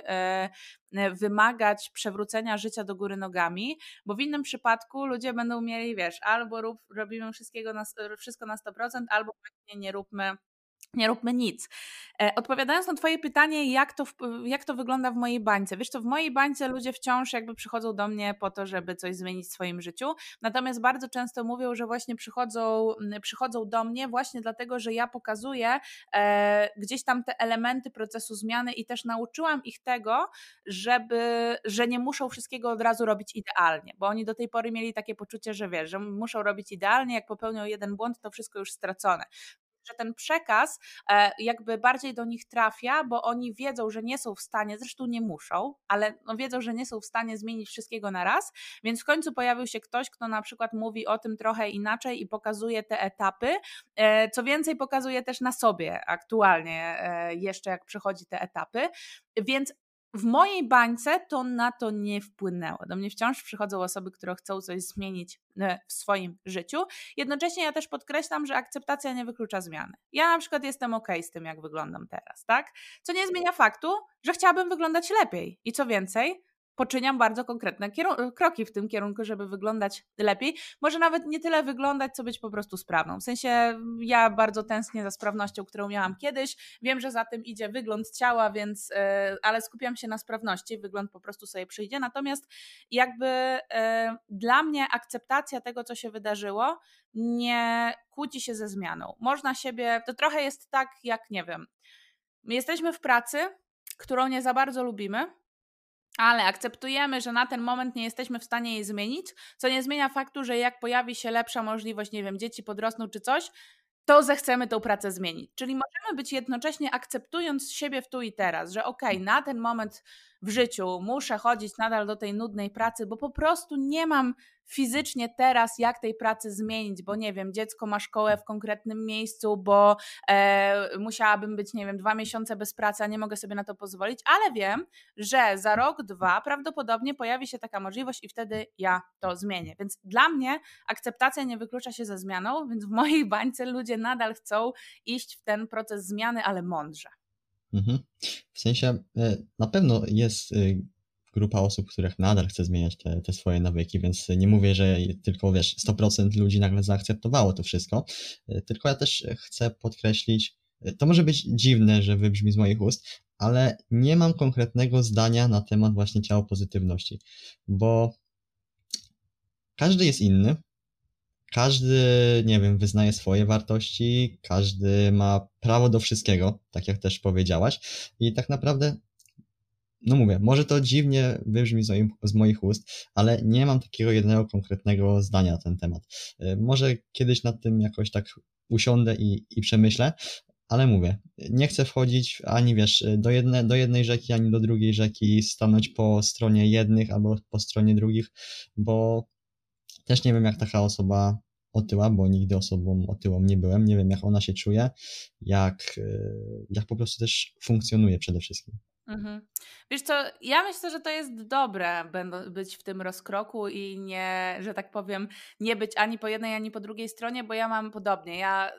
wymagać przewrócenia życia do góry nogami, bo w innym przypadku ludzie będą mieli, wiesz, albo rób, robimy wszystkiego na, wszystko na sto procent, albo właśnie nie róbmy Nie róbmy nic. Odpowiadając na Twoje pytanie, jak to, jak to wygląda w mojej bańce. Wiesz co, w mojej bańce ludzie wciąż jakby przychodzą do mnie po to, żeby coś zmienić w swoim życiu, natomiast bardzo często mówią, że właśnie przychodzą, przychodzą do mnie właśnie dlatego, że ja pokazuję e, gdzieś tam te elementy procesu zmiany i też nauczyłam ich tego, żeby, że nie muszą wszystkiego od razu robić idealnie, bo oni do tej pory mieli takie poczucie, że wiesz, że muszą robić idealnie, jak popełnią jeden błąd, to wszystko już stracone. Że ten przekaz jakby bardziej do nich trafia, bo oni wiedzą, że nie są w stanie, zresztą nie muszą, ale no wiedzą, że nie są w stanie zmienić wszystkiego na raz, więc w końcu pojawił się ktoś, kto na przykład mówi o tym trochę inaczej i pokazuje te etapy, co więcej pokazuje też na sobie aktualnie jeszcze jak przechodzi te etapy, więc w mojej bańce to na to nie wpłynęło. Do mnie wciąż przychodzą osoby, które chcą coś zmienić w swoim życiu. Jednocześnie ja też podkreślam, że akceptacja nie wyklucza zmiany. Ja na przykład jestem okej z tym, jak wyglądam teraz, tak? Co nie zmienia faktu, że chciałabym wyglądać lepiej. I co więcej, poczyniam bardzo konkretne kierun- kroki w tym kierunku, żeby wyglądać lepiej. Może nawet nie tyle wyglądać, co być po prostu sprawną. W sensie ja bardzo tęsknię za sprawnością, którą miałam kiedyś. Wiem, że za tym idzie wygląd ciała, więc, yy, ale skupiam się na sprawności. Wygląd po prostu sobie przyjdzie. Natomiast jakby yy, dla mnie akceptacja tego, co się wydarzyło, nie kłóci się ze zmianą. Można siebie, to trochę jest tak, jak nie wiem, my jesteśmy w pracy, którą nie za bardzo lubimy, ale akceptujemy, że na ten moment nie jesteśmy w stanie jej zmienić, co nie zmienia faktu, że jak pojawi się lepsza możliwość, nie wiem, dzieci podrosną czy coś, to zechcemy tą pracę zmienić. Czyli możemy być jednocześnie akceptując siebie w tu i teraz, że okej, okay, na ten moment w życiu muszę chodzić nadal do tej nudnej pracy, bo po prostu nie mam fizycznie teraz jak tej pracy zmienić, bo nie wiem, dziecko ma szkołę w konkretnym miejscu, bo e, musiałabym być, nie wiem, dwa miesiące bez pracy, a nie mogę sobie na to pozwolić, ale wiem, że za rok, dwa prawdopodobnie pojawi się taka możliwość i wtedy ja to zmienię. Więc dla mnie akceptacja nie wyklucza się ze zmianą, więc w mojej bańce ludzie nadal chcą iść w ten proces zmiany, ale mądrze. Mhm. W sensie na pewno jest grupa osób, których nadal chce zmieniać te, te swoje nawyki, więc nie mówię, że tylko wiesz, sto procent ludzi nagle zaakceptowało to wszystko, tylko ja też chcę podkreślić, to może być dziwne, że wybrzmi z moich ust, ale nie mam konkretnego zdania na temat właśnie ciała pozytywności, bo każdy jest inny, każdy, nie wiem, wyznaje swoje wartości, każdy ma prawo do wszystkiego, tak jak też powiedziałaś, i tak naprawdę, no mówię, może to dziwnie wybrzmi z moich, z moich ust, ale nie mam takiego jednego konkretnego zdania na ten temat. Może kiedyś nad tym jakoś tak usiądę i, i przemyślę, ale mówię, nie chcę wchodzić ani wiesz, do, jedne, do jednej rzeki, ani do drugiej rzeki, stanąć po stronie jednych albo po stronie drugich, bo też nie wiem, jak taka osoba otyła, bo nigdy osobą otyłą nie byłem, nie wiem, jak ona się czuje, jak, jak po prostu też funkcjonuje przede wszystkim. Mhm. Wiesz co, ja myślę, że to jest dobre będą być w tym rozkroku i nie, że tak powiem, nie być ani po jednej, ani po drugiej stronie, bo ja mam podobnie. Ja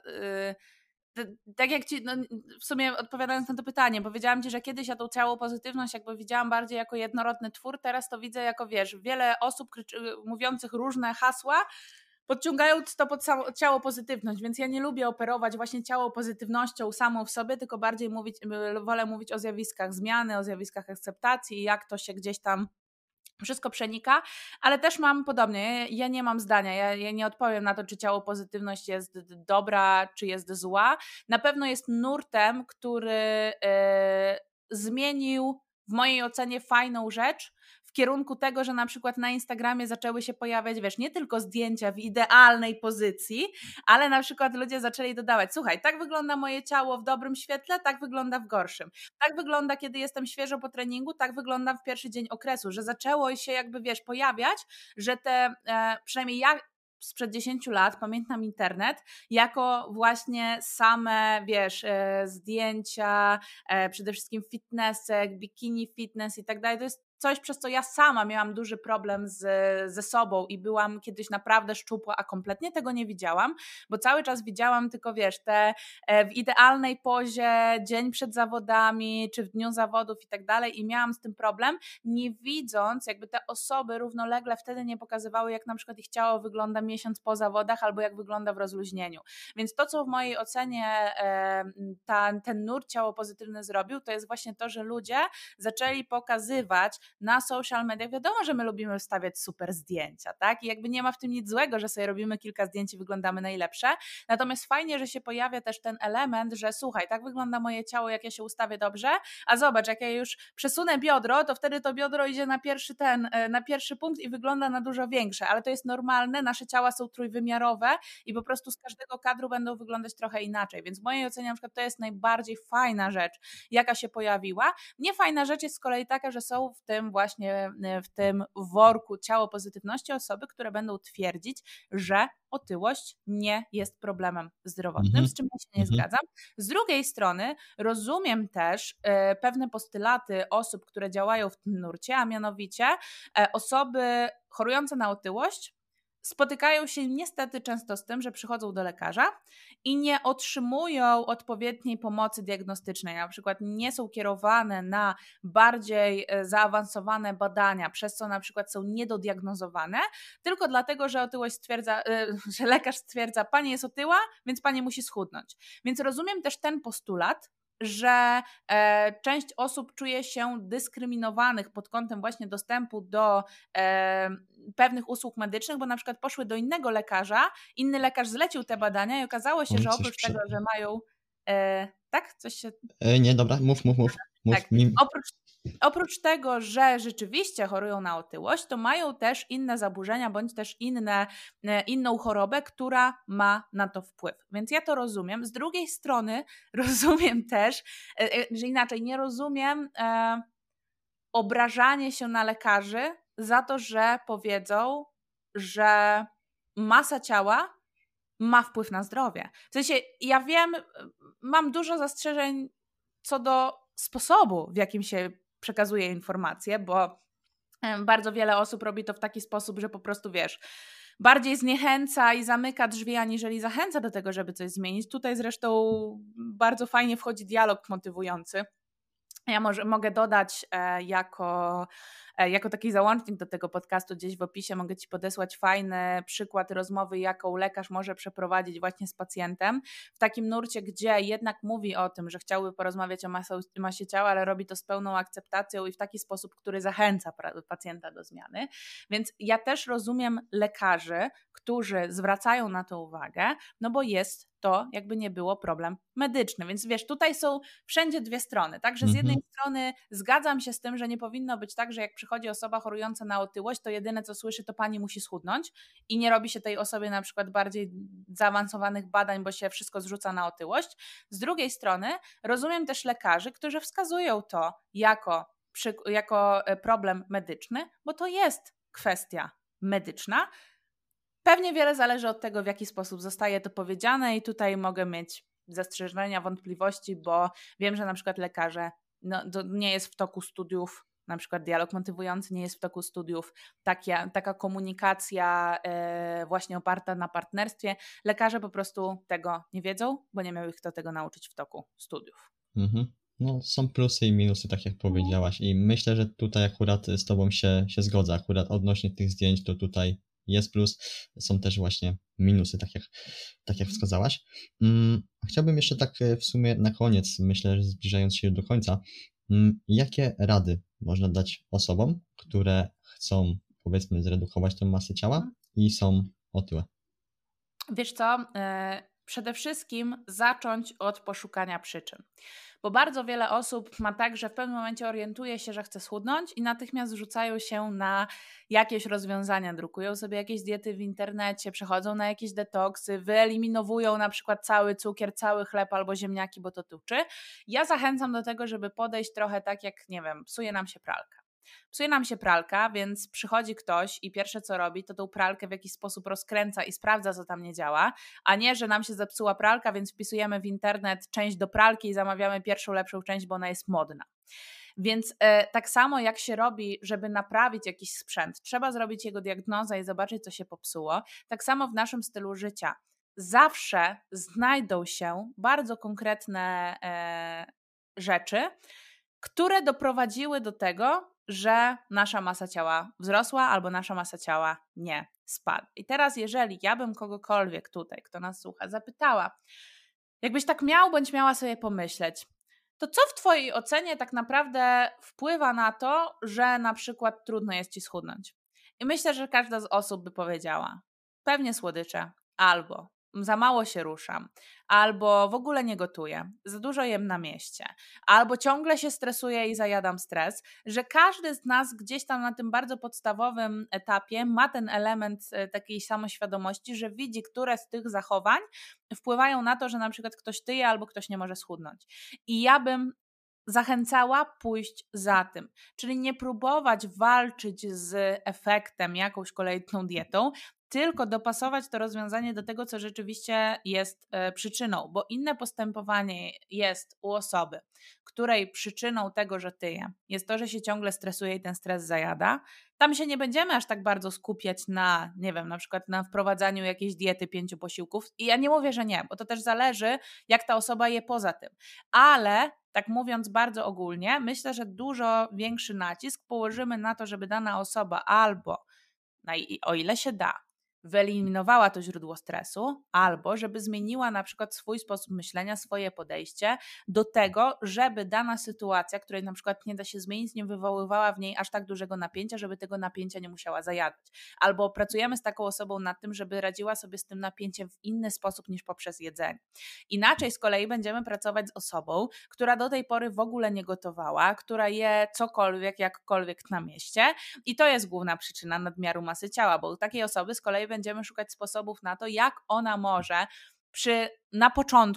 yy, tak jak ci, no, w sumie odpowiadając na to pytanie, powiedziałam ci, że kiedyś ja tą całą pozytywność jakby widziałam bardziej jako jednorodny twór, teraz to widzę jako, wiesz, wiele osób mówiących różne hasła, podciągając to pod ciało pozytywność, więc ja nie lubię operować właśnie ciało pozytywnością samą w sobie, tylko bardziej mówić, wolę mówić o zjawiskach zmiany, o zjawiskach akceptacji i jak to się gdzieś tam wszystko przenika, ale też mam podobnie, ja nie mam zdania, ja, ja nie odpowiem na to, czy ciało pozytywność jest dobra, czy jest zła. Na pewno jest nurtem, który yy, zmienił w mojej ocenie fajną rzecz, w kierunku tego, że na przykład na Instagramie zaczęły się pojawiać, wiesz, nie tylko zdjęcia w idealnej pozycji, ale na przykład ludzie zaczęli dodawać, słuchaj, tak wygląda moje ciało w dobrym świetle, tak wygląda w gorszym. Tak wygląda, kiedy jestem świeżo po treningu, tak wygląda w pierwszy dzień okresu, że zaczęło się jakby, wiesz, pojawiać, że te, e, przynajmniej ja sprzed dziesięciu lat pamiętam internet jako właśnie same, wiesz, e, zdjęcia, e, przede wszystkim fitnessek, bikini fitness i tak dalej. To jest coś, przez co ja sama miałam duży problem z, ze sobą i byłam kiedyś naprawdę szczupła, a kompletnie tego nie widziałam, bo cały czas widziałam tylko, wiesz, te w idealnej pozie, dzień przed zawodami, czy w dniu zawodów i tak dalej i miałam z tym problem, nie widząc, jakby te osoby równolegle wtedy nie pokazywały, jak na przykład ich ciało wygląda miesiąc po zawodach albo jak wygląda w rozluźnieniu. Więc to, co w mojej ocenie ta, ten nurt ciało pozytywne zrobił, to jest właśnie to, że ludzie zaczęli pokazywać na social mediach, wiadomo, że my lubimy wstawiać super zdjęcia, tak? I jakby nie ma w tym nic złego, że sobie robimy kilka zdjęć i wyglądamy najlepsze, natomiast fajnie, że się pojawia też ten element, że słuchaj, tak wygląda moje ciało, jak ja się ustawię dobrze, a zobacz, jak ja już przesunę biodro, to wtedy to biodro idzie na pierwszy ten, na pierwszy punkt i wygląda na dużo większe, ale to jest normalne, nasze ciała są trójwymiarowe i po prostu z każdego kadru będą wyglądać trochę inaczej, więc w mojej ocenie na przykład to jest najbardziej fajna rzecz, jaka się pojawiła. Niefajna rzecz jest z kolei taka, że są w tym właśnie, w tym worku ciało pozytywności osoby, które będą twierdzić, że otyłość nie jest problemem zdrowotnym, mm-hmm. z czym ja się nie mm-hmm. zgadzam. Z drugiej strony rozumiem też e, pewne postulaty osób, które działają w tym nurcie, a mianowicie e, osoby chorujące na otyłość spotykają się niestety często z tym, że przychodzą do lekarza i nie otrzymują odpowiedniej pomocy diagnostycznej, na przykład nie są kierowane na bardziej zaawansowane badania, przez co na przykład są niedodiagnozowane, tylko dlatego, że otyłość stwierdza, że lekarz stwierdza, pani jest otyła, więc pani musi schudnąć. Więc rozumiem też ten postulat, że e, część osób czuje się dyskryminowanych pod kątem właśnie dostępu do e, pewnych usług medycznych, bo na przykład poszły do innego lekarza, inny lekarz zlecił te badania i okazało się, że oprócz tego, że mają... E, tak? Coś się... E, nie, dobra, mów, mów, mów. mów tak. Oprócz, oprócz tego, że rzeczywiście chorują na otyłość, to mają też inne zaburzenia, bądź też inne, inną chorobę, która ma na to wpływ. Więc ja to rozumiem. Z drugiej strony rozumiem też, że inaczej nie rozumiem... E, obrażanie się na lekarzy za to, że powiedzą, że masa ciała ma wpływ na zdrowie. W sensie, ja wiem, mam dużo zastrzeżeń co do sposobu, w jakim się przekazuje informacje, bo bardzo wiele osób robi to w taki sposób, że po prostu, wiesz, bardziej zniechęca i zamyka drzwi, aniżeli zachęca do tego, żeby coś zmienić. Tutaj zresztą bardzo fajnie wchodzi dialog motywujący. Ja może, mogę dodać e, jako, e, jako taki załącznik do tego podcastu gdzieś w opisie, mogę Ci podesłać fajny przykład rozmowy, jaką lekarz może przeprowadzić właśnie z pacjentem w takim nurcie, gdzie jednak mówi o tym, że chciałby porozmawiać o masie, masie ciała, ale robi to z pełną akceptacją i w taki sposób, który zachęca pacjenta do zmiany. Więc ja też rozumiem lekarzy, którzy zwracają na to uwagę, no bo jest to jakby nie było problem medyczny. Więc wiesz, tutaj są wszędzie dwie strony. Także z jednej Mhm. strony zgadzam się z tym, że nie powinno być tak, że jak przychodzi osoba chorująca na otyłość, to jedyne co słyszy, to pani musi schudnąć i nie robi się tej osobie na przykład bardziej zaawansowanych badań, bo się wszystko zrzuca na otyłość. Z drugiej strony rozumiem też lekarzy, którzy wskazują to jako, jako problem medyczny, bo to jest kwestia medyczna. Pewnie wiele zależy od tego, w jaki sposób zostaje to powiedziane i tutaj mogę mieć zastrzeżenia, wątpliwości, bo wiem, że na przykład lekarze, no, to nie jest w toku studiów, na przykład dialog motywujący nie jest w toku studiów, taka, taka komunikacja e, właśnie oparta na partnerstwie. Lekarze po prostu tego nie wiedzą, bo nie miał ich kto tego nauczyć w toku studiów. Mhm. No, są plusy i minusy, tak jak powiedziałaś, i myślę, że tutaj akurat z Tobą się, się zgodzę. Akurat odnośnie tych zdjęć, to tutaj jest plus, są też właśnie minusy, tak jak, tak jak wskazałaś. Hmm, chciałbym jeszcze tak w sumie na koniec, myślę, że zbliżając się do końca, hmm, jakie rady można dać osobom, które chcą, powiedzmy, zredukować tę masę ciała i są otyłe? Wiesz co, przede wszystkim zacząć od poszukania przyczyn. Bo bardzo wiele osób ma tak, że w pewnym momencie orientuje się, że chce schudnąć i natychmiast rzucają się na jakieś rozwiązania, drukują sobie jakieś diety w internecie, przechodzą na jakieś detoksy, wyeliminowują na przykład cały cukier, cały chleb albo ziemniaki, bo to tuczy. Ja zachęcam do tego, żeby podejść trochę tak jak, nie wiem, psuje nam się pralka. Psuje nam się pralka, więc przychodzi ktoś i pierwsze co robi, to tą pralkę w jakiś sposób rozkręca i sprawdza, co tam nie działa, a nie, że nam się zepsuła pralka, więc wpisujemy w internet część do pralki i zamawiamy pierwszą, lepszą część, bo ona jest modna. Więc e, tak samo jak się robi, żeby naprawić jakiś sprzęt, trzeba zrobić jego diagnozę i zobaczyć, co się popsuło, tak samo w naszym stylu życia. Zawsze znajdą się bardzo konkretne e, rzeczy, które doprowadziły do tego, że nasza masa ciała wzrosła albo nasza masa ciała nie spadła. I teraz jeżeli ja bym kogokolwiek tutaj, kto nas słucha, zapytała, jakbyś tak miał bądź miała sobie pomyśleć, to co w twojej ocenie tak naprawdę wpływa na to, że na przykład trudno jest ci schudnąć? I myślę, że każda z osób by powiedziała, pewnie słodycze, albo za mało się ruszam, albo w ogóle nie gotuję, za dużo jem na mieście, albo ciągle się stresuję i zajadam stres, że każdy z nas gdzieś tam na tym bardzo podstawowym etapie ma ten element takiej samoświadomości, że widzi, które z tych zachowań wpływają na to, że na przykład ktoś tyje albo ktoś nie może schudnąć. I ja bym zachęcała pójść za tym, czyli nie próbować walczyć z efektem jakąś kolejną dietą, tylko dopasować to rozwiązanie do tego, co rzeczywiście jest e, przyczyną, bo inne postępowanie jest u osoby, której przyczyną tego, że tyje, jest to, że się ciągle stresuje i ten stres zajada. Tam się nie będziemy aż tak bardzo skupiać na, nie wiem, na przykład na wprowadzaniu jakiejś diety pięciu posiłków i ja nie mówię, że nie, bo to też zależy, jak ta osoba je poza tym, ale tak mówiąc bardzo ogólnie, myślę, że dużo większy nacisk położymy na to, żeby dana osoba albo, na, o ile się da, wyeliminowała to źródło stresu, albo żeby zmieniła na przykład swój sposób myślenia, swoje podejście do tego, żeby dana sytuacja, której na przykład nie da się zmienić, nie wywoływała w niej aż tak dużego napięcia, żeby tego napięcia nie musiała zajadać. Albo pracujemy z taką osobą nad tym, żeby radziła sobie z tym napięciem w inny sposób niż poprzez jedzenie. Inaczej z kolei będziemy pracować z osobą, która do tej pory w ogóle nie gotowała, która je cokolwiek, jakkolwiek na mieście i to jest główna przyczyna nadmiaru masy ciała, bo u takiej osoby z kolei będziemy szukać sposobów na to, jak ona może przy na początku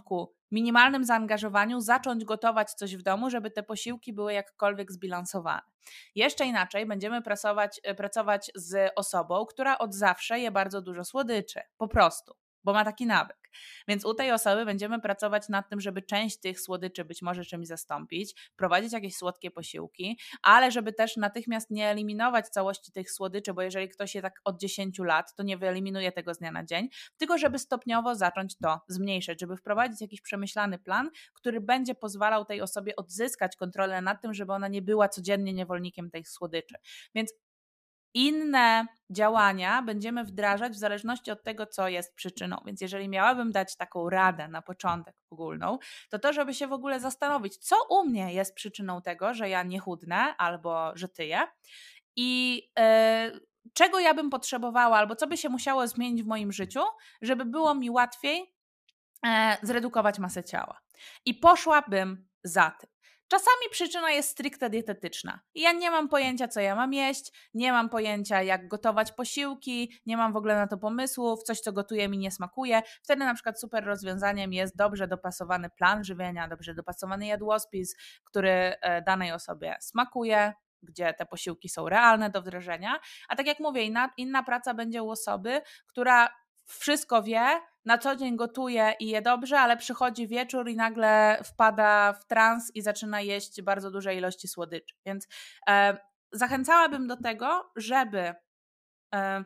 minimalnym zaangażowaniu zacząć gotować coś w domu, żeby te posiłki były jakkolwiek zbilansowane. Jeszcze inaczej będziemy pracować, pracować z osobą, która od zawsze je bardzo dużo słodyczy, po prostu, bo ma taki nawyk. Więc u tej osoby będziemy pracować nad tym, żeby część tych słodyczy być może czymś zastąpić, prowadzić jakieś słodkie posiłki, ale żeby też natychmiast nie eliminować całości tych słodyczy, bo jeżeli ktoś je tak od dziesięciu lat, to nie wyeliminuje tego z dnia na dzień, tylko żeby stopniowo zacząć to zmniejszać, żeby wprowadzić jakiś przemyślany plan, który będzie pozwalał tej osobie odzyskać kontrolę nad tym, żeby ona nie była codziennie niewolnikiem tych słodyczy. Więc inne działania będziemy wdrażać w zależności od tego, co jest przyczyną. Więc jeżeli miałabym dać taką radę na początek ogólną, to to, żeby się w ogóle zastanowić, co u mnie jest przyczyną tego, że ja nie chudnę albo że tyję i yy, czego ja bym potrzebowała albo co by się musiało zmienić w moim życiu, żeby było mi łatwiej yy, zredukować masę ciała. I poszłabym za tym. Czasami przyczyna jest stricte dietetyczna. Ja nie mam pojęcia, co ja mam jeść, nie mam pojęcia, jak gotować posiłki, nie mam w ogóle na to pomysłów, coś, co gotuję, mi nie smakuje. Wtedy na przykład super rozwiązaniem jest dobrze dopasowany plan żywienia, dobrze dopasowany jadłospis, który danej osobie smakuje, gdzie te posiłki są realne do wdrożenia. A tak jak mówię, inna, inna praca będzie u osoby, która wszystko wie, na co dzień gotuje i je dobrze, ale przychodzi wieczór i nagle wpada w trans i zaczyna jeść bardzo duże ilości słodyczy. Więc e, zachęcałabym do tego, żeby e,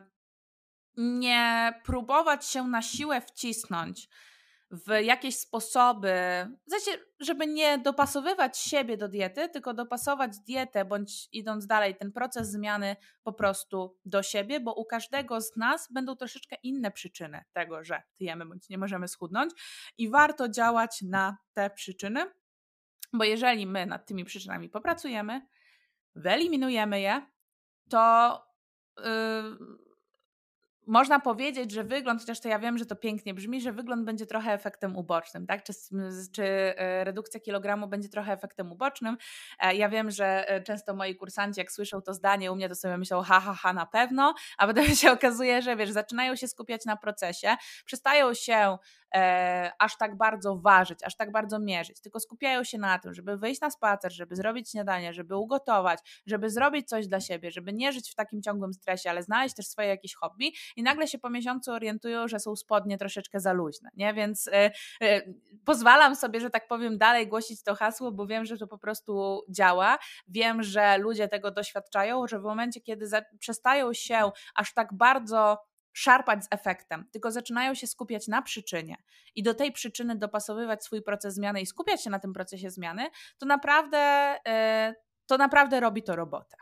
nie próbować się na siłę wcisnąć w jakieś sposoby, w sensie, żeby nie dopasowywać siebie do diety, tylko dopasować dietę, bądź idąc dalej, ten proces zmiany po prostu do siebie, bo u każdego z nas będą troszeczkę inne przyczyny tego, że tyjemy bądź nie możemy schudnąć i warto działać na te przyczyny, bo jeżeli my nad tymi przyczynami popracujemy, wyeliminujemy je, to yy, można powiedzieć, że wygląd, chociaż to ja wiem, że to pięknie brzmi, że wygląd będzie trochę efektem ubocznym, tak? Czy, czy redukcja kilogramu będzie trochę efektem ubocznym? Ja wiem, że często moi kursanci, jak słyszą to zdanie u mnie, to sobie myślą ha, ha, ha, na pewno, a potem się okazuje, że wiesz, zaczynają się skupiać na procesie, przestają się e, aż tak bardzo ważyć, aż tak bardzo mierzyć, tylko skupiają się na tym, żeby wyjść na spacer, żeby zrobić śniadanie, żeby ugotować, żeby zrobić coś dla siebie, żeby nie żyć w takim ciągłym stresie, ale znaleźć też swoje jakieś hobby i nagle się po miesiącu orientują, że są spodnie troszeczkę za luźne, nie? Więc yy, yy, pozwalam sobie, że tak powiem, dalej głosić to hasło, bo wiem, że to po prostu działa. Wiem, że ludzie tego doświadczają, że w momencie, kiedy za- przestają się aż tak bardzo szarpać z efektem, tylko zaczynają się skupiać na przyczynie i do tej przyczyny dopasowywać swój proces zmiany i skupiać się na tym procesie zmiany, to naprawdę, yy, to naprawdę robi to robotę.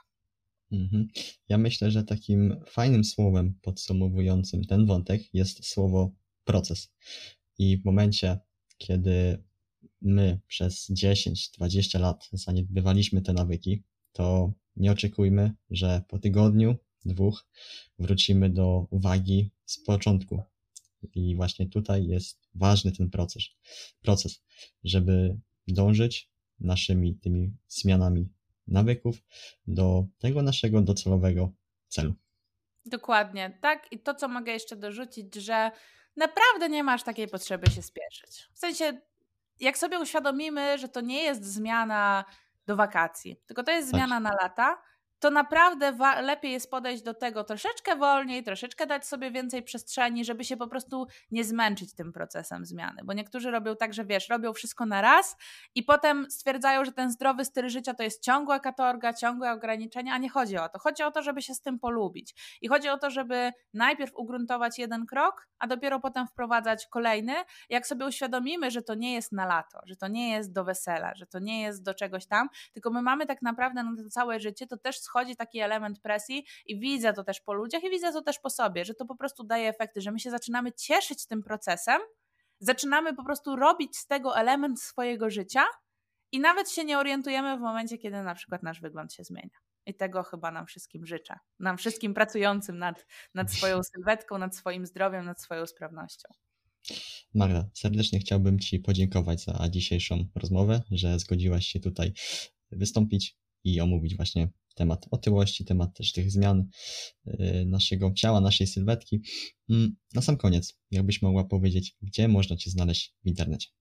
Ja myślę, że takim fajnym słowem podsumowującym ten wątek jest słowo proces. I w momencie, kiedy my przez dziesięć dwadzieścia lat zaniedbywaliśmy te nawyki, to nie oczekujmy, że po tygodniu, dwóch wrócimy do wagi z początku. I właśnie tutaj jest ważny ten proces, proces, żeby dążyć naszymi tymi zmianami nawyków do tego naszego docelowego celu. Dokładnie, tak. I to, co mogę jeszcze dorzucić, że naprawdę nie masz takiej potrzeby się spieszyć. W sensie, jak sobie uświadomimy, że to nie jest zmiana do wakacji, tylko to jest zmiana na lata, to naprawdę wa- lepiej jest podejść do tego troszeczkę wolniej, troszeczkę dać sobie więcej przestrzeni, żeby się po prostu nie zmęczyć tym procesem zmiany. Bo niektórzy robią tak, że wiesz, robią wszystko na raz i potem stwierdzają, że ten zdrowy styl życia to jest ciągła katorga, ciągłe ograniczenia, a nie chodzi o to. Chodzi o to, żeby się z tym polubić. I chodzi o to, żeby najpierw ugruntować jeden krok, a dopiero potem wprowadzać kolejny. Jak sobie uświadomimy, że to nie jest na lato, że to nie jest do wesela, że to nie jest do czegoś tam, tylko my mamy tak naprawdę na to całe życie, to też schodzi taki element presji i widzę to też po ludziach i widzę to też po sobie, że to po prostu daje efekty, że my się zaczynamy cieszyć tym procesem, zaczynamy po prostu robić z tego element swojego życia i nawet się nie orientujemy w momencie, kiedy na przykład nasz wygląd się zmienia. I tego chyba nam wszystkim życzę. Nam wszystkim pracującym nad, nad swoją sylwetką, nad swoim zdrowiem, nad swoją sprawnością. Magda, serdecznie chciałbym Ci podziękować za dzisiejszą rozmowę, że zgodziłaś się tutaj wystąpić i omówić właśnie temat otyłości, temat też tych zmian naszego ciała, naszej sylwetki. Na sam koniec, jakbyś mogła powiedzieć, gdzie można Cię znaleźć w internecie?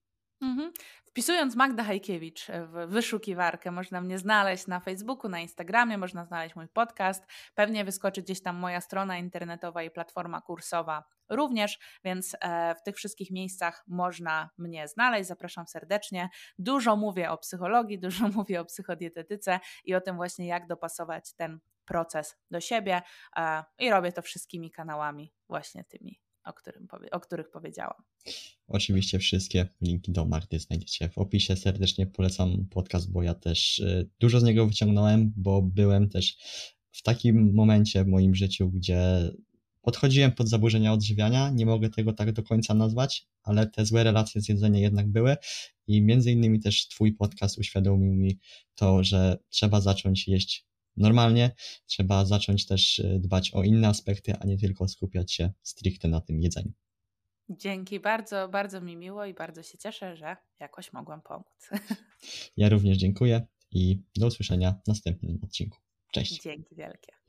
Mhm. Wpisując Magda Hajkiewicz w wyszukiwarkę, można mnie znaleźć na Facebooku, na Instagramie, można znaleźć mój podcast. Pewnie wyskoczy gdzieś tam moja strona internetowa i platforma kursowa również, więc e, w tych wszystkich miejscach można mnie znaleźć. Zapraszam serdecznie. Dużo mówię o psychologii, dużo mówię o psychodietetyce i o tym właśnie, jak dopasować ten proces do siebie e, i robię to wszystkimi kanałami właśnie tymi, o, którym powie- o których powiedziałam. Oczywiście wszystkie linki do Magdy znajdziecie w opisie. Serdecznie polecam podcast, bo ja też y, dużo z niego wyciągnąłem, bo byłem też w takim momencie w moim życiu, gdzie podchodziłem pod zaburzenia odżywiania, nie mogę tego tak do końca nazwać, ale te złe relacje z jedzeniem jednak były i między innymi też twój podcast uświadomił mi to, że trzeba zacząć jeść normalnie, trzeba zacząć też y, dbać o inne aspekty, a nie tylko skupiać się stricte na tym jedzeniu. Dzięki, bardzo, bardzo mi miło i bardzo się cieszę, że jakoś mogłam pomóc. Ja również dziękuję i do usłyszenia w następnym odcinku. Cześć. Dzięki wielkie.